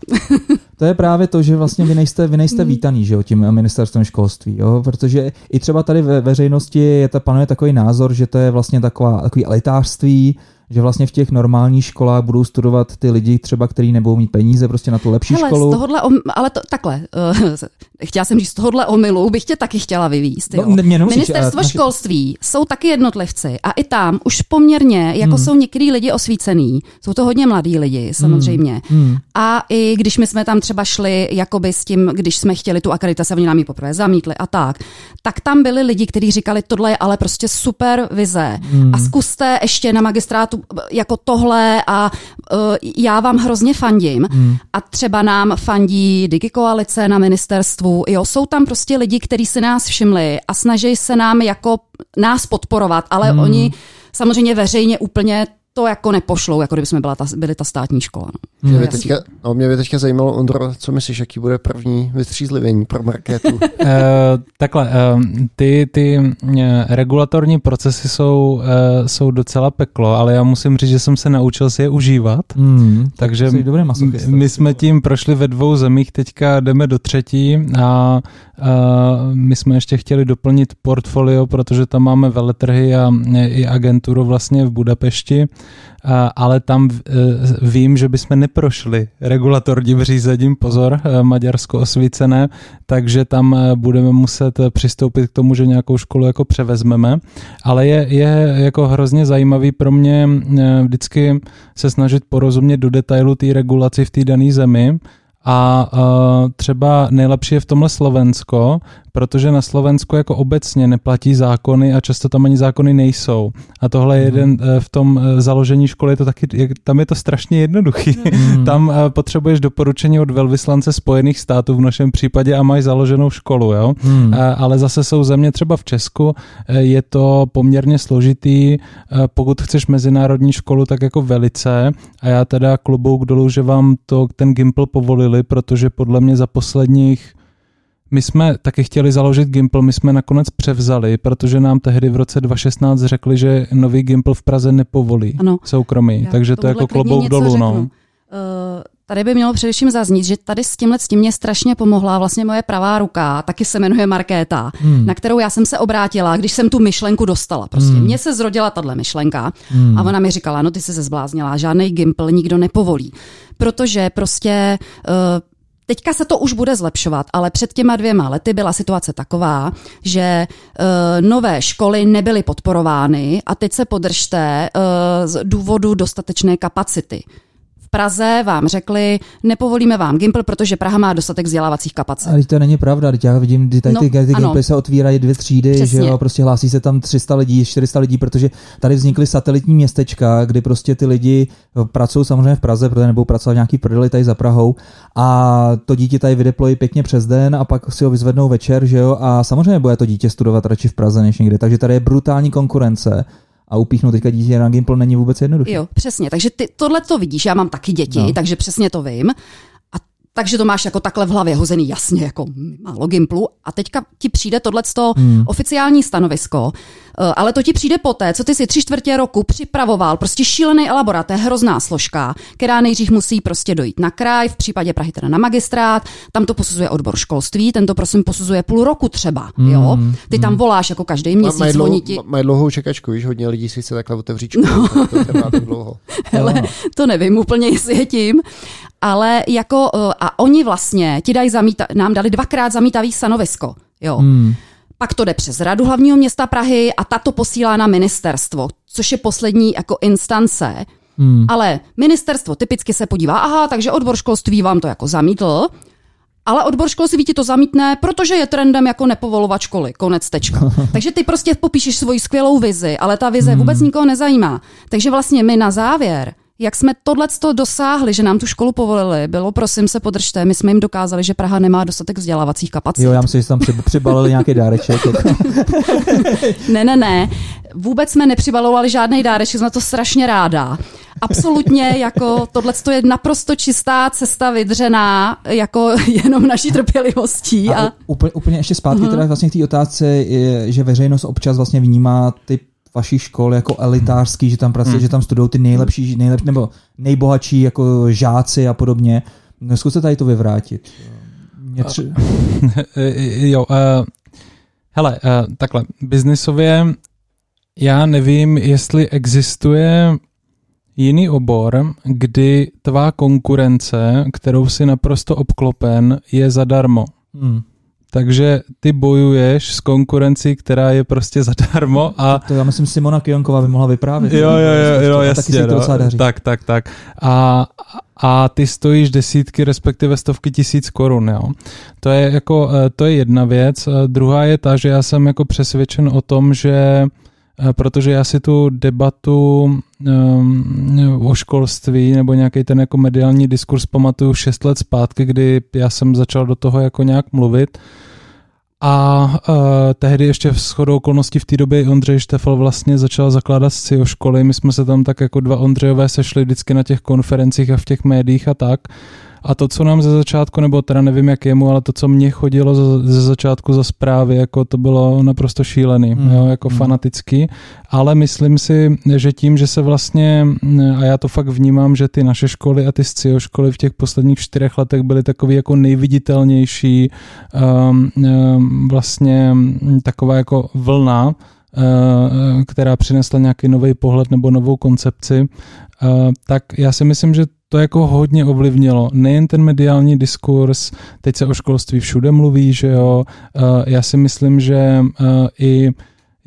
To je právě to, že vlastně vy nejste, vy nejste vítaný, že jo, tím ministerstvem školství, jo, protože i třeba tady ve veřejnosti je ta, panuje takový názor, že to je vlastně taková, takový elitářství, že vlastně v těch normálních školách budou studovat ty lidi třeba, kteří nebudou mít peníze prostě na tu lepší Hele, školu. Z tohohle, ale to, takhle, uh, chtěla jsem říct, z tohohle omylu bych tě taky chtěla vyvízt. Jo. No, Ministerstvo naši... školství jsou taky jednotlivci a i tam už poměrně, jako hmm. jsou některý lidi osvícený, jsou to hodně mladí lidi samozřejmě. Hmm. Hmm. A i když my jsme tam třeba šli jakoby s tím, když jsme chtěli tu akreditaci, oni nám ji poprvé zamítli a tak, tak tam byli lidi, kteří říkali, tohle je ale prostě super vize hmm. a zkuste ještě na magistrátu jako tohle a uh, já vám hrozně fandím hmm. a třeba nám fandí DigiKoalice na ministerstvu, jo, jsou tam prostě lidi, kteří si nás všimli a snaží se nám jako nás podporovat, ale hmm. oni samozřejmě veřejně úplně to jako nepošlou, jako kdyby jsme byla ta, byli ta státní škola. No. Mě by teďka, no, mě by teďka zajímalo, Ondro, co myslíš, jaký bude první vystřízlivění pro Markétu? uh, takhle, uh, ty, ty uh, regulatorní procesy jsou, uh, jsou docela peklo, ale já musím říct, že jsem se naučil si je užívat. Mm, takže tak my jsme tím prošli ve dvou zemích, teďka jdeme do třetí a uh, my jsme ještě chtěli doplnit portfolio, protože tam máme veletrhy a i agenturu vlastně v Budapešti. Uh, ale tam uh, vím, že bychom neprošli regulatorním řízením, pozor, uh, Maďarsko osvícené, takže tam uh, budeme muset uh, přistoupit k tomu, že nějakou školu jako převezmeme, ale je, je jako hrozně zajímavý pro mě uh, vždycky se snažit porozumět do detailu té regulaci v té dané zemi A uh, třeba nejlepší je v tomhle Slovensko, protože na Slovensku jako obecně neplatí zákony a často tam ani zákony nejsou. A tohle je jeden v tom založení školy, je to taky, tam je to strašně jednoduchý. Mm. Tam potřebuješ doporučení od velvyslance Spojených států v našem případě a máš založenou školu. Jo? Mm. Ale zase jsou země třeba v Česku, je to poměrně složitý, pokud chceš mezinárodní školu, tak jako velice. A já teda klobouk dolů, že vám to, ten Gimpl povolili, protože podle mě za posledních my jsme taky chtěli založit Gimpl, my jsme nakonec převzali, protože nám tehdy v roce dva tisíce šestnáct řekli, že nový Gimpl v Praze nepovolí ano. soukromý, já takže to je jako klobouk dolů. No. Uh, tady by mělo především zaznít, že tady s tímhle s tím mě strašně pomohla vlastně moje pravá ruka, taky se jmenuje Markéta, hmm. na kterou já jsem se obrátila, když jsem tu myšlenku dostala. Prostě hmm. mně se zrodila tahle myšlenka hmm. a ona mi říkala, no ty jsi se zbláznila, žádnej Gimpl nikdo nepovolí, protože prostě... Uh, Teďka se to už bude zlepšovat, ale před těma dvěma lety byla situace taková, že e, nové školy nebyly podporovány a teď se podržte e, z důvodu dostatečné kapacity. V Praze vám řekli, nepovolíme vám Gimpl, protože Praha má dostatek vzdělávacích kapacit. Ale to není pravda, teď já vidím, že tady no, ty, ty Gimply se otvírají dvě třídy, přesně. Že jo, prostě hlásí se tam tři sta lidí, čtyři sta lidí, protože tady vznikly satelitní městečka, kdy prostě ty lidi pracují samozřejmě v Praze, protože nebudou pracovat nějaký prdeli tady za Prahou a to dítě tady vydeplojí pěkně přes den a pak si ho vyzvednou večer, že jo, a samozřejmě bude to dítě studovat radši v Praze než někde, takže tady je brutální konkurence. A upíchnout teďka dítě na Gimpl není vůbec jednoduché. Jo, přesně. Takže ty tohle to vidíš, já mám taky děti, no. takže přesně to vím. A takže to máš jako takhle v hlavě hozený jasně, jako málo Gimplu. A teďka ti přijde tohleto hmm. oficiální stanovisko, ale to ti přijde poté, co ty si tři čtvrtě roku připravoval, prostě šílený elaborát, to je hrozná složka, která nejdřív musí prostě dojít na kraj, v případě Prahy teda na magistrát, tam to posuzuje odbor školství, ten to prosím posuzuje půl roku třeba, hmm. jo. Ty tam voláš jako každý měsíc, mají dlouho, ti... mají dlouhou čekačku, víš, hodně lidí si chce takhle otevřít školu, no. To trvá tak dlouho. Hele, no. To nevím úplně, jestli je tím. Ale jako, a oni vlastně ti dají zamíta, nám dali dvakrát zamítavý stanovisko, jo. Hmm. Pak to jde přes Radu hlavního města Prahy a ta to posílá na ministerstvo, což je poslední jako instance. Hmm. Ale ministerstvo typicky se podívá, aha, takže odbor školství vám to jako zamítl, ale odbor školství ti to zamítne, protože je trendem jako nepovolovat školy, konec tečka. Takže ty prostě popíšeš svoji skvělou vizi, ale ta vize hmm. vůbec nikoho nezajímá. Takže vlastně my na závěr, jak jsme tohleto dosáhli, že nám tu školu povolili, bylo, prosím se podržte, my jsme jim dokázali, že Praha nemá dostatek vzdělávacích kapacit. Jo, já myslím, že tam přibalili nějaký dáreček. ne, ne, ne. Vůbec jsme nepřibalovali žádný dáreček, jsem na to strašně ráda. Absolutně, jako tohleto je naprosto čistá cesta vydřená, jako jenom naší trpělivostí. A, a... Úplně, úplně ještě zpátky uh-huh. teda vlastně k té otázce, je, že veřejnost občas vlastně vnímá ty vaší škol jako elitářský, že tam pracují, hmm. že tam studují ty nejlepší, nejlepší nebo nejbohatší jako žáci a podobně. No, zkuste tady to vyvrátit. Tři... jo, uh, hele, uh, takhle, biznisově já nevím, jestli existuje jiný obor, kdy tvá konkurence, kterou si naprosto obklopen, je zadarmo. Hmm. Takže ty bojuješ s konkurencí, která je prostě zadarmo a... To, to já myslím, Simona Kionková by mohla vyprávět. Jo, jo, jo, jo jasně. No. Tak, tak, tak. A, a ty stojíš desítky, respektive stovky tisíc korun, jo. To je jako, to je jedna věc. Druhá je ta, že já jsem jako přesvědčen o tom, že protože já si tu debatu um, o školství nebo nějaký ten jako mediální diskurs pamatuju šest let zpátky, kdy já jsem začal do toho jako nějak mluvit a uh, tehdy ještě v shodou okolností v té době Ondřej Štefel vlastně začal zakládat S C I O školy, my jsme se tam tak jako dva Ondřejové sešli vždycky na těch konferencích a v těch médiích a tak. A to, co nám ze začátku, nebo teda nevím, jak jemu, ale to, co mě chodilo ze začátku za zprávy, jako to bylo naprosto šílený, mm. jo, jako mm. fanatický. Ale myslím si, že tím, že se vlastně, a já to fakt vnímám, že ty naše školy a ty S C I O školy v těch posledních čtyřech letech byly takový jako nejviditelnější um, um, vlastně taková jako vlna, uh, která přinesla nějaký nový pohled nebo novou koncepci, uh, tak já si myslím, že to jako hodně ovlivnilo. Nejen ten mediální diskurs, teď se o školství všude mluví, že jo. Já si myslím, že i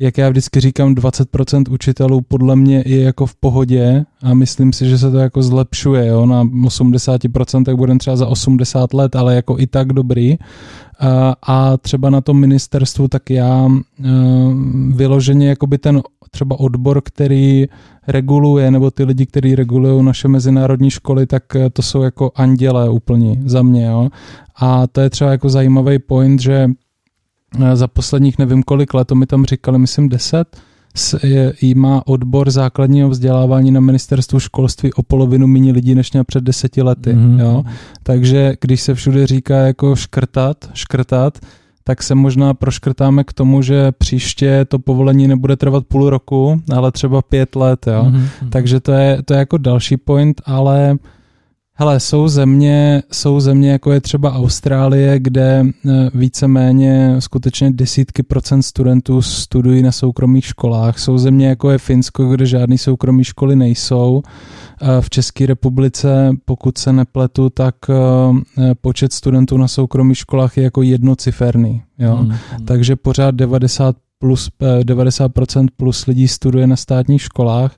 jak já vždycky říkám, dvacet procent učitelů podle mě je jako v pohodě a myslím si, že se to jako zlepšuje, jo, na osmdesát procent budeme třeba za osmdesát let, ale jako i tak dobrý. A, a třeba na tom ministerstvu tak já uh, vyloženě jakoby ten třeba odbor, který reguluje, nebo ty lidi, kteří regulují naše mezinárodní školy, tak to jsou jako andělé úplně za mě, jo. A to je třeba jako zajímavý point, že za posledních nevím kolik let, to mi tam říkali, myslím deset, jí má odbor základního vzdělávání na ministerstvu školství o polovinu méně lidí, než měl před deseti lety. Mm-hmm. Jo? Takže když se všude říká jako škrtat, škrtat, tak se možná proškrtáme k tomu, že příště to povolení nebude trvat půl roku, ale třeba pět let. Jo? Mm-hmm. Takže to je, to je jako další point, ale hele, jsou země, jsou země, jako je třeba Austrálie, kde víceméně skutečně desítky procent studentů studují na soukromých školách. Jsou země, jako je Finsko, kde žádný soukromí školy nejsou. V České republice, pokud se nepletu, tak počet studentů na soukromých školách je jako jednociferný. Jo? Hmm. Takže pořád devadesát plus, devadesát procent plus lidí studuje na státních školách.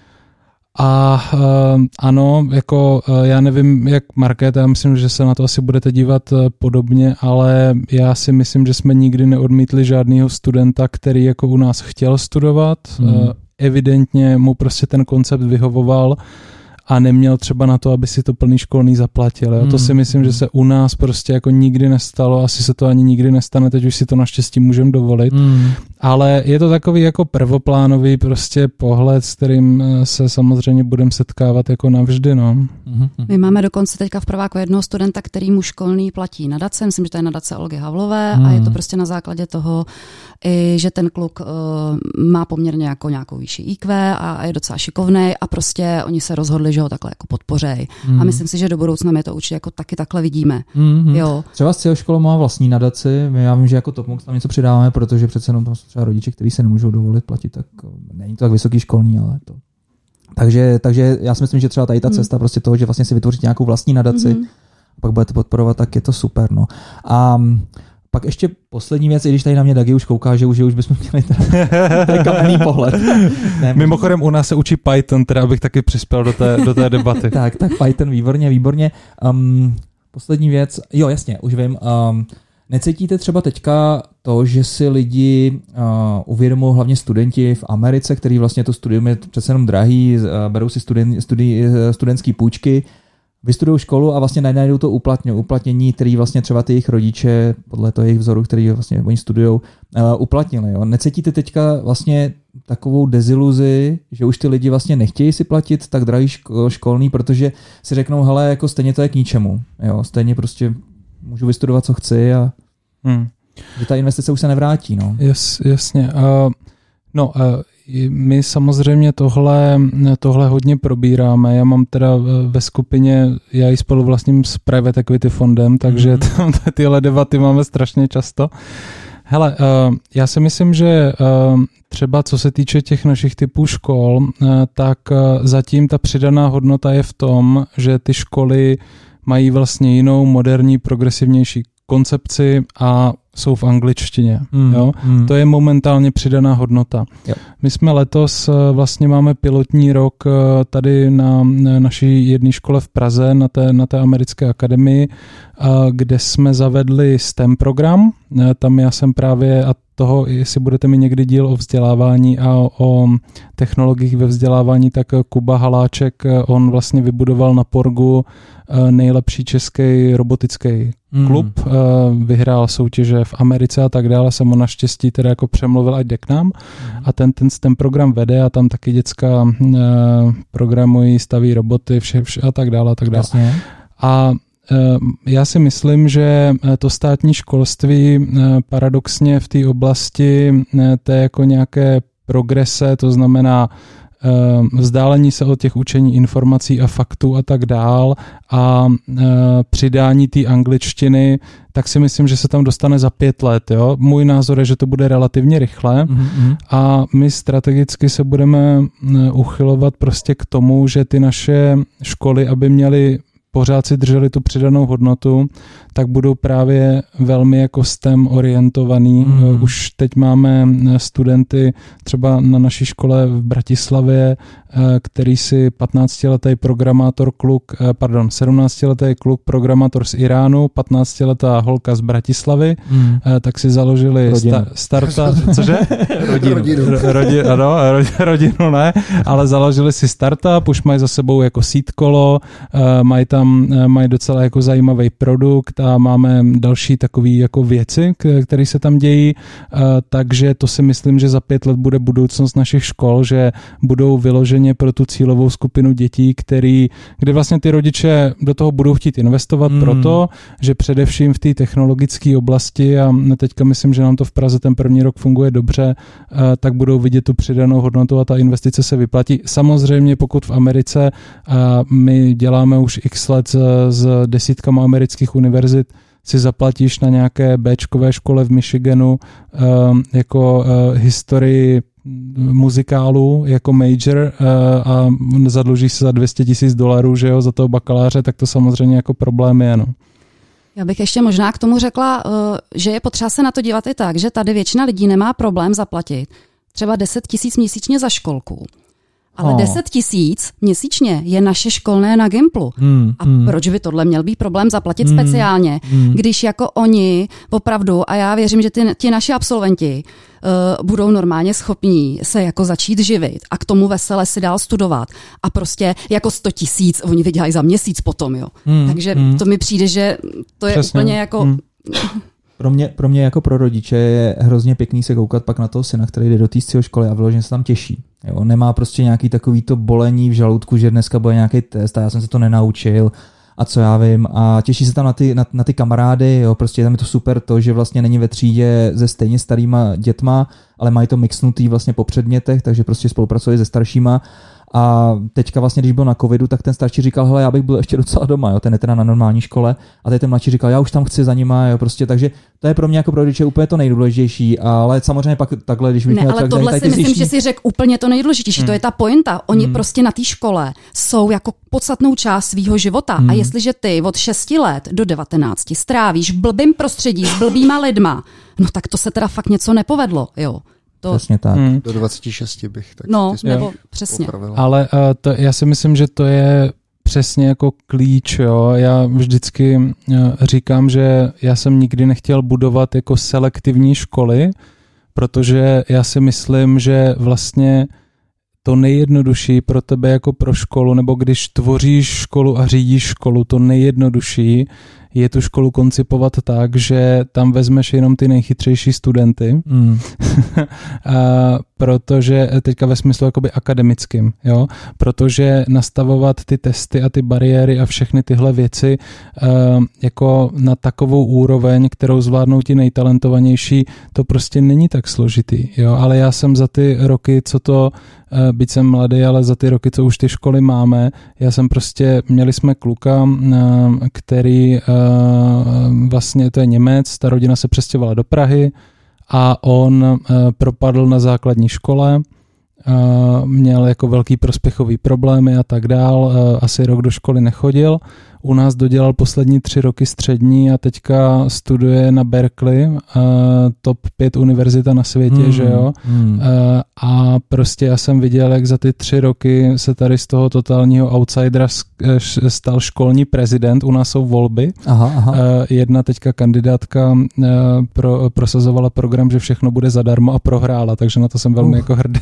A uh, ano, jako uh, já nevím, jak Markéta, já myslím, že se na to asi budete dívat uh, podobně, ale já si myslím, že jsme nikdy neodmítli žádného studenta, který jako u nás chtěl studovat. Mm. Uh, evidentně mu prostě ten koncept vyhovoval a neměl třeba na to, aby si to plný školný zaplatil. Jo? Mm. To si myslím, že se u nás prostě jako nikdy nestalo, asi se to ani nikdy nestane, teď už si to naštěstí můžeme dovolit. Mm. Ale je to takový jako prvoplánový prostě pohled, s kterým se samozřejmě budeme setkávat jako navždy. No. Mm-hmm. My máme dokonce teďka v prváku jednoho studenta, který mu školný platí nadace, myslím, že to je nadace Olgy Havlové mm. a je to prostě na základě toho, i, že ten kluk uh, má poměrně jako nějakou výšší í kvé a je docela šikovnej a prostě oni se rozhodli, že ho takhle jako podpořej. Mm. A myslím si, že do budoucna my to určitě jako taky takhle vidíme. Mm-hmm. Jo. Třeba z škola má vlastní nadaci, já vím, že jako TopMox tam něco přidáváme, protože přece jenom tam jsou třeba rodiče, kteří se nemůžou dovolit platit, tak není to tak vysoký školní, ale to. Takže, takže já si myslím, že třeba tady ta cesta mm. prostě toho, že vlastně si vytvořit nějakou vlastní nadaci mm-hmm. a pak budete podporovat, tak je to super. No. A pak ještě poslední věc, i když tady na mě Dagi už kouká, že už, že už bychom měli ten kamenný pohled. Ne, mimochodem u nás se učí Python, teda abych taky přispěl do té, do té debaty. tak, tak Python, výborně, výborně. Um, poslední věc, jo jasně, už vím. Um, necítíte třeba teďka to, že si lidi uh, uvědomují, hlavně studenti v Americe, který vlastně to studium je přece jenom drahý, uh, berou si studen, studi, studentský půjčky, vystudují školu a vlastně najdou to uplatně, uplatnění, který vlastně třeba ty jejich rodiče, podle toho jejich vzoru, který vlastně oni studujou, uh, uplatnili. Jo. Necítíte teďka vlastně takovou deziluzi, že už ty lidi vlastně nechtějí si platit tak drahý ško- školný, protože si řeknou, hele, jako stejně to je k ničemu. Jo. Stejně prostě můžu vystudovat, co chci a hmm. že ta investice už se nevrátí. No. Jas, jasně. Uh, no, uh, my samozřejmě tohle, tohle hodně probíráme. Já mám teda ve skupině, já ji spolu vlastním s Private Equity fondem, takže mm-hmm. tam tyhle debaty máme strašně často. Hele, uh, já si myslím, že uh, třeba co se týče těch našich typů škol, uh, tak uh, zatím ta přidaná hodnota je v tom, že ty školy mají vlastně jinou, moderní, progresivnější koncepci a jsou v angličtině. Mm, jo? Mm. To je momentálně přidaná hodnota. Jo. My jsme letos, vlastně máme pilotní rok tady na naší jedné škole v Praze, na té, na té americké akademii, kde jsme zavedli STEM program. Tam já jsem právě, a toho, jestli budete mi někdy díl o vzdělávání a o technologiích ve vzdělávání, tak Kuba Haláček, on vlastně vybudoval na Porgu nejlepší český robotický klub, mm. vyhrál soutěže v Americe a tak dále, jsem ho naštěstí teda jako přemluvil ať jde k nám mm. a ten, ten, ten program vede a tam taky děcka uh, programují, staví roboty vše, vše a tak dále a tak dále. Jasně. A já si myslím, že to státní školství paradoxně v té oblasti té jako nějaké progrese, to znamená vzdálení se od těch učení informací a faktů a tak dál a přidání té angličtiny, tak si myslím, že se tam dostane za pět let. Jo? Můj názor je, že to bude relativně rychle mm-hmm. a my strategicky se budeme uchylovat prostě k tomu, že ty naše školy, aby měly pořád si drželi tu přidanou hodnotu, tak budou právě velmi jako S T E M orientovaný. Mm. Už teď máme studenty třeba na naší škole v Bratislavě, který si patnáctiletý programátor kluk, pardon, sedmnáctiletý kluk programátor z Iránu, patnáctiletá holka z Bratislavy, mm. tak si založili sta- startup, cože? Rodinu. Rodinu. Rodinu, ano, rodinu ne, ale založili si startup, už mají za sebou jako seed kolo, mají tam, mají docela jako zajímavý produkt a máme další takové jako věci, které se tam dějí, takže to si myslím, že za pět let bude budoucnost našich škol, že budou vyloženě pro tu cílovou skupinu dětí, který, kde vlastně ty rodiče do toho budou chtít investovat mm. proto, že především v té technologické oblasti, a teďka myslím, že nám to v Praze ten první rok funguje dobře, tak budou vidět tu přidanou hodnotu a ta investice se vyplatí. Samozřejmě pokud v Americe my děláme už x let s desítkama amerických univerzit, si zaplatíš na nějaké béčkové škole v Michiganu jako historii muzikálu jako major a zadlužíš se za dvě stě tisíc dolarů, že jo, za toho bakaláře, tak to samozřejmě jako problém je, no. Já bych ještě možná k tomu řekla, že je potřeba se na to dívat i tak, že tady většina lidí nemá problém zaplatit třeba deset tisíc měsíčně za školku. Ale oh. deset tisíc měsíčně je naše školné na Gimplu. Hmm, a hmm. proč by tohle měl být problém zaplatit hmm, speciálně, hmm. když jako oni opravdu, a já věřím, že ty, ti naši absolventi uh, budou normálně schopní se jako začít živit a k tomu vesele si dál studovat. A prostě jako sto tisíc oni vydělají za měsíc potom, jo. Hmm, Takže hmm. to mi přijde, že to je Přesně. úplně jako... Hmm. Pro mě, pro mě jako pro rodiče je hrozně pěkný se koukat pak na toho syna, který jde do té školy a vyloženě se tam těší. Jo, nemá prostě nějaký takový to bolení v žaludku, že dneska bude nějaký test a já jsem se to nenaučil a co já vím. A těší se tam na ty, na, na ty kamarády, jo, prostě tam je to super to, že vlastně není ve třídě se stejně starýma dětma, ale mají to mixnutý vlastně po předmětech, takže prostě spolupracují se staršíma. A teďka vlastně, když byl na covidu, tak ten starší říkal, hele, já bych byl ještě docela doma, jo, ten je teda na normální škole, a teď ten mladší říkal, já už tam chci za nima, jo, prostě, takže to je pro mě jako pro rodiče úplně to nejdůležitější, ale samozřejmě pak takhle, když bych ne, měl ale tak, tohle tady, si myslím, zjiští... že si řekl úplně to nejdůležitější, hmm. to je ta pointa, oni hmm. prostě na té škole jsou jako podstatnou část svýho života hmm. a jestliže ty od šesti let do devatenácti strávíš v blbým prostředí s blbýma lidma, no tak to se teda fakt něco nepovedlo, jo. To... Přesně tak. Hmm. Do dvacet šest bych tak no, nebo přesně. Popravila. Ale uh, to, já si myslím, že to je přesně jako klíč, jo. Já vždycky uh, říkám, že já jsem nikdy nechtěl budovat jako selektivní školy, protože já si myslím, že vlastně to nejjednodušší pro tebe jako pro školu, nebo když tvoříš školu a řídíš školu, to nejjednodušší je tu školu koncipovat tak, že tam vezmeš jenom ty nejchytřejší studenty, mm. a protože teďka ve smyslu jakoby akademickým, jo, protože nastavovat ty testy a ty bariéry a všechny tyhle věci uh, jako na takovou úroveň, kterou zvládnou ti nejtalentovanější, to prostě není tak složitý, jo, ale já jsem za ty roky, co to, uh, byť jsem mladý, ale za ty roky, co už ty školy máme, já jsem prostě, měli jsme kluka, uh, který uh, vlastně to je Němec, ta rodina se přestěhovala do Prahy a on uh, propadl na základní škole, uh, měl jako velký prospěchový problémy a tak dál, uh, asi rok do školy nechodil. U nás dodělal poslední tři roky střední a teďka studuje na Berkeley, uh, top pět univerzita na světě, mm, že jo. Mm. Uh, a prostě já jsem viděl, jak za ty tři roky se tady z toho totálního outsidera stal školní prezident. U nás jsou volby. Aha, aha. Uh, jedna teďka kandidátka uh, pro, prosazovala program, že všechno bude zadarmo a prohrála, takže na to jsem velmi uh. jako hrdý.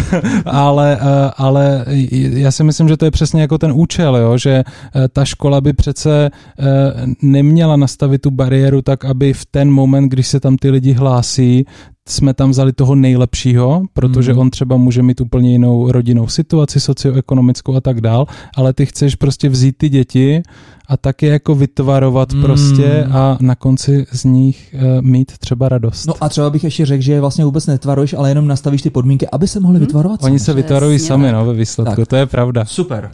ale, uh, ale já si myslím, že to je přesně jako ten účel, jo, že uh, ta škola by přece uh, neměla nastavit tu bariéru tak, aby v ten moment, když se tam ty lidi hlásí, jsme tam vzali toho nejlepšího, protože mm. on třeba může mít úplně jinou rodinnou situaci, socioekonomickou a tak dál, ale ty chceš prostě vzít ty děti a taky jako vytvarovat mm. prostě a na konci z nich uh, mít třeba radost. No a třeba bych ještě řekl, že vlastně vůbec netvaruješ, ale jenom nastavíš ty podmínky, aby se mohli mm. vytvarovat. Oni se vytvarují sami, no, ve výsledku, tak. To je pravda. Super.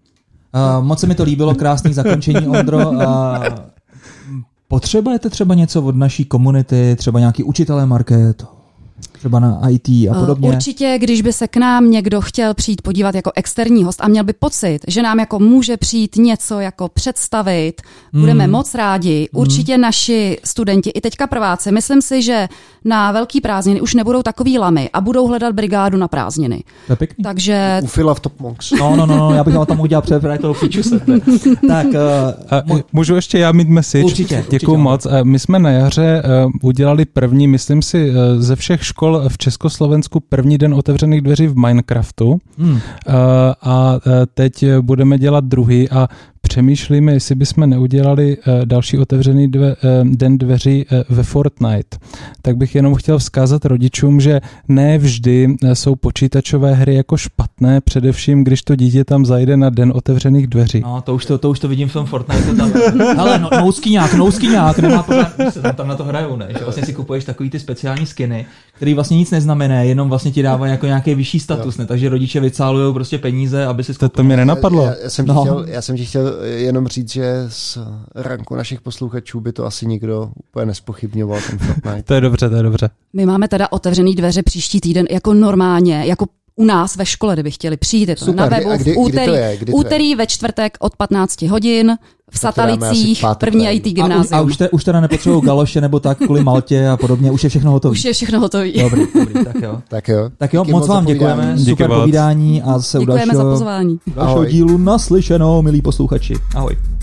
Uh, moc se mi to líbilo, krásný zakončení, Ondro. Uh, potřebujete třeba něco od naší komunity, třeba nějaký učitelé market, Třeba na í té a podobně. Určitě, když by se k nám někdo chtěl přijít podívat jako externí host a měl by pocit, že nám jako může přijít něco jako představit, mm. budeme moc rádi. Určitě mm. naši studenti, i teďka prváci, myslím si, že na velký prázdniny už nebudou takový lamy a budou hledat brigádu na prázdniny. To je pěkný. Takže... U Fila v Top Monks. No, no, no, já bych vám tam udělal před toho feature set. Tak, uh, můj... Můžu ještě já mít message? Určitě. Děkuju určitě. moc. My jsme na jaře uh, udělali první, myslím si, uh, ze všech škol v Československu první den otevřených dveří v Minecraftu. Hmm. Uh, a uh, teď budeme dělat druhý a přemýšlíme, jestli bychom neudělali uh, další otevřený dve, uh, den dveří uh, ve Fortnite. Tak bych jenom chtěl vzkázat rodičům, že ne vždy uh, jsou počítačové hry jako špatné, především když to dítě tam zajde na den otevřených dveří. No, to už to, to, už to vidím v tom Fortnite. Tam. Hele, no, nouskyňák, nouskyňák, nemá problém, se tam, tam na to hrajou, ne? Že vlastně si kupuješ takový ty speciální skiny, který vlastně nic neznamená, jenom vlastně ti dávají jako nějaký vyšší status, ne? Takže rodiče vycálujou prostě peníze, aby si to, to mi nenapadlo. Já, já, jsem no. chtěl, já jsem ti chtěl jenom říct, že z ranku našich posluchačů by to asi nikdo úplně nespochybňoval ten Fortnite. To je dobře, to je dobře. My máme teda otevřený dveře příští týden jako normálně, jako u nás ve škole, kdyby chtěli přijít, je to super, na webu kdy, v úterý, kdy to je, kdy to úterý je? ve čtvrtek od patnácti hodin v Satalicích, první í té gymnázium. A, a už, te, už teda nepotřebují galoše nebo tak kvůli Maltě a podobně, už je všechno hotové. Už je všechno hotové. Dobrý, dobrý, tak jo. Tak jo, tak jo moc vám děkujeme, Díky super moc. povídání a se u Děkujeme dalšího, za pozvání. dalšího dílu naslyšenou, milí posluchači. Ahoj.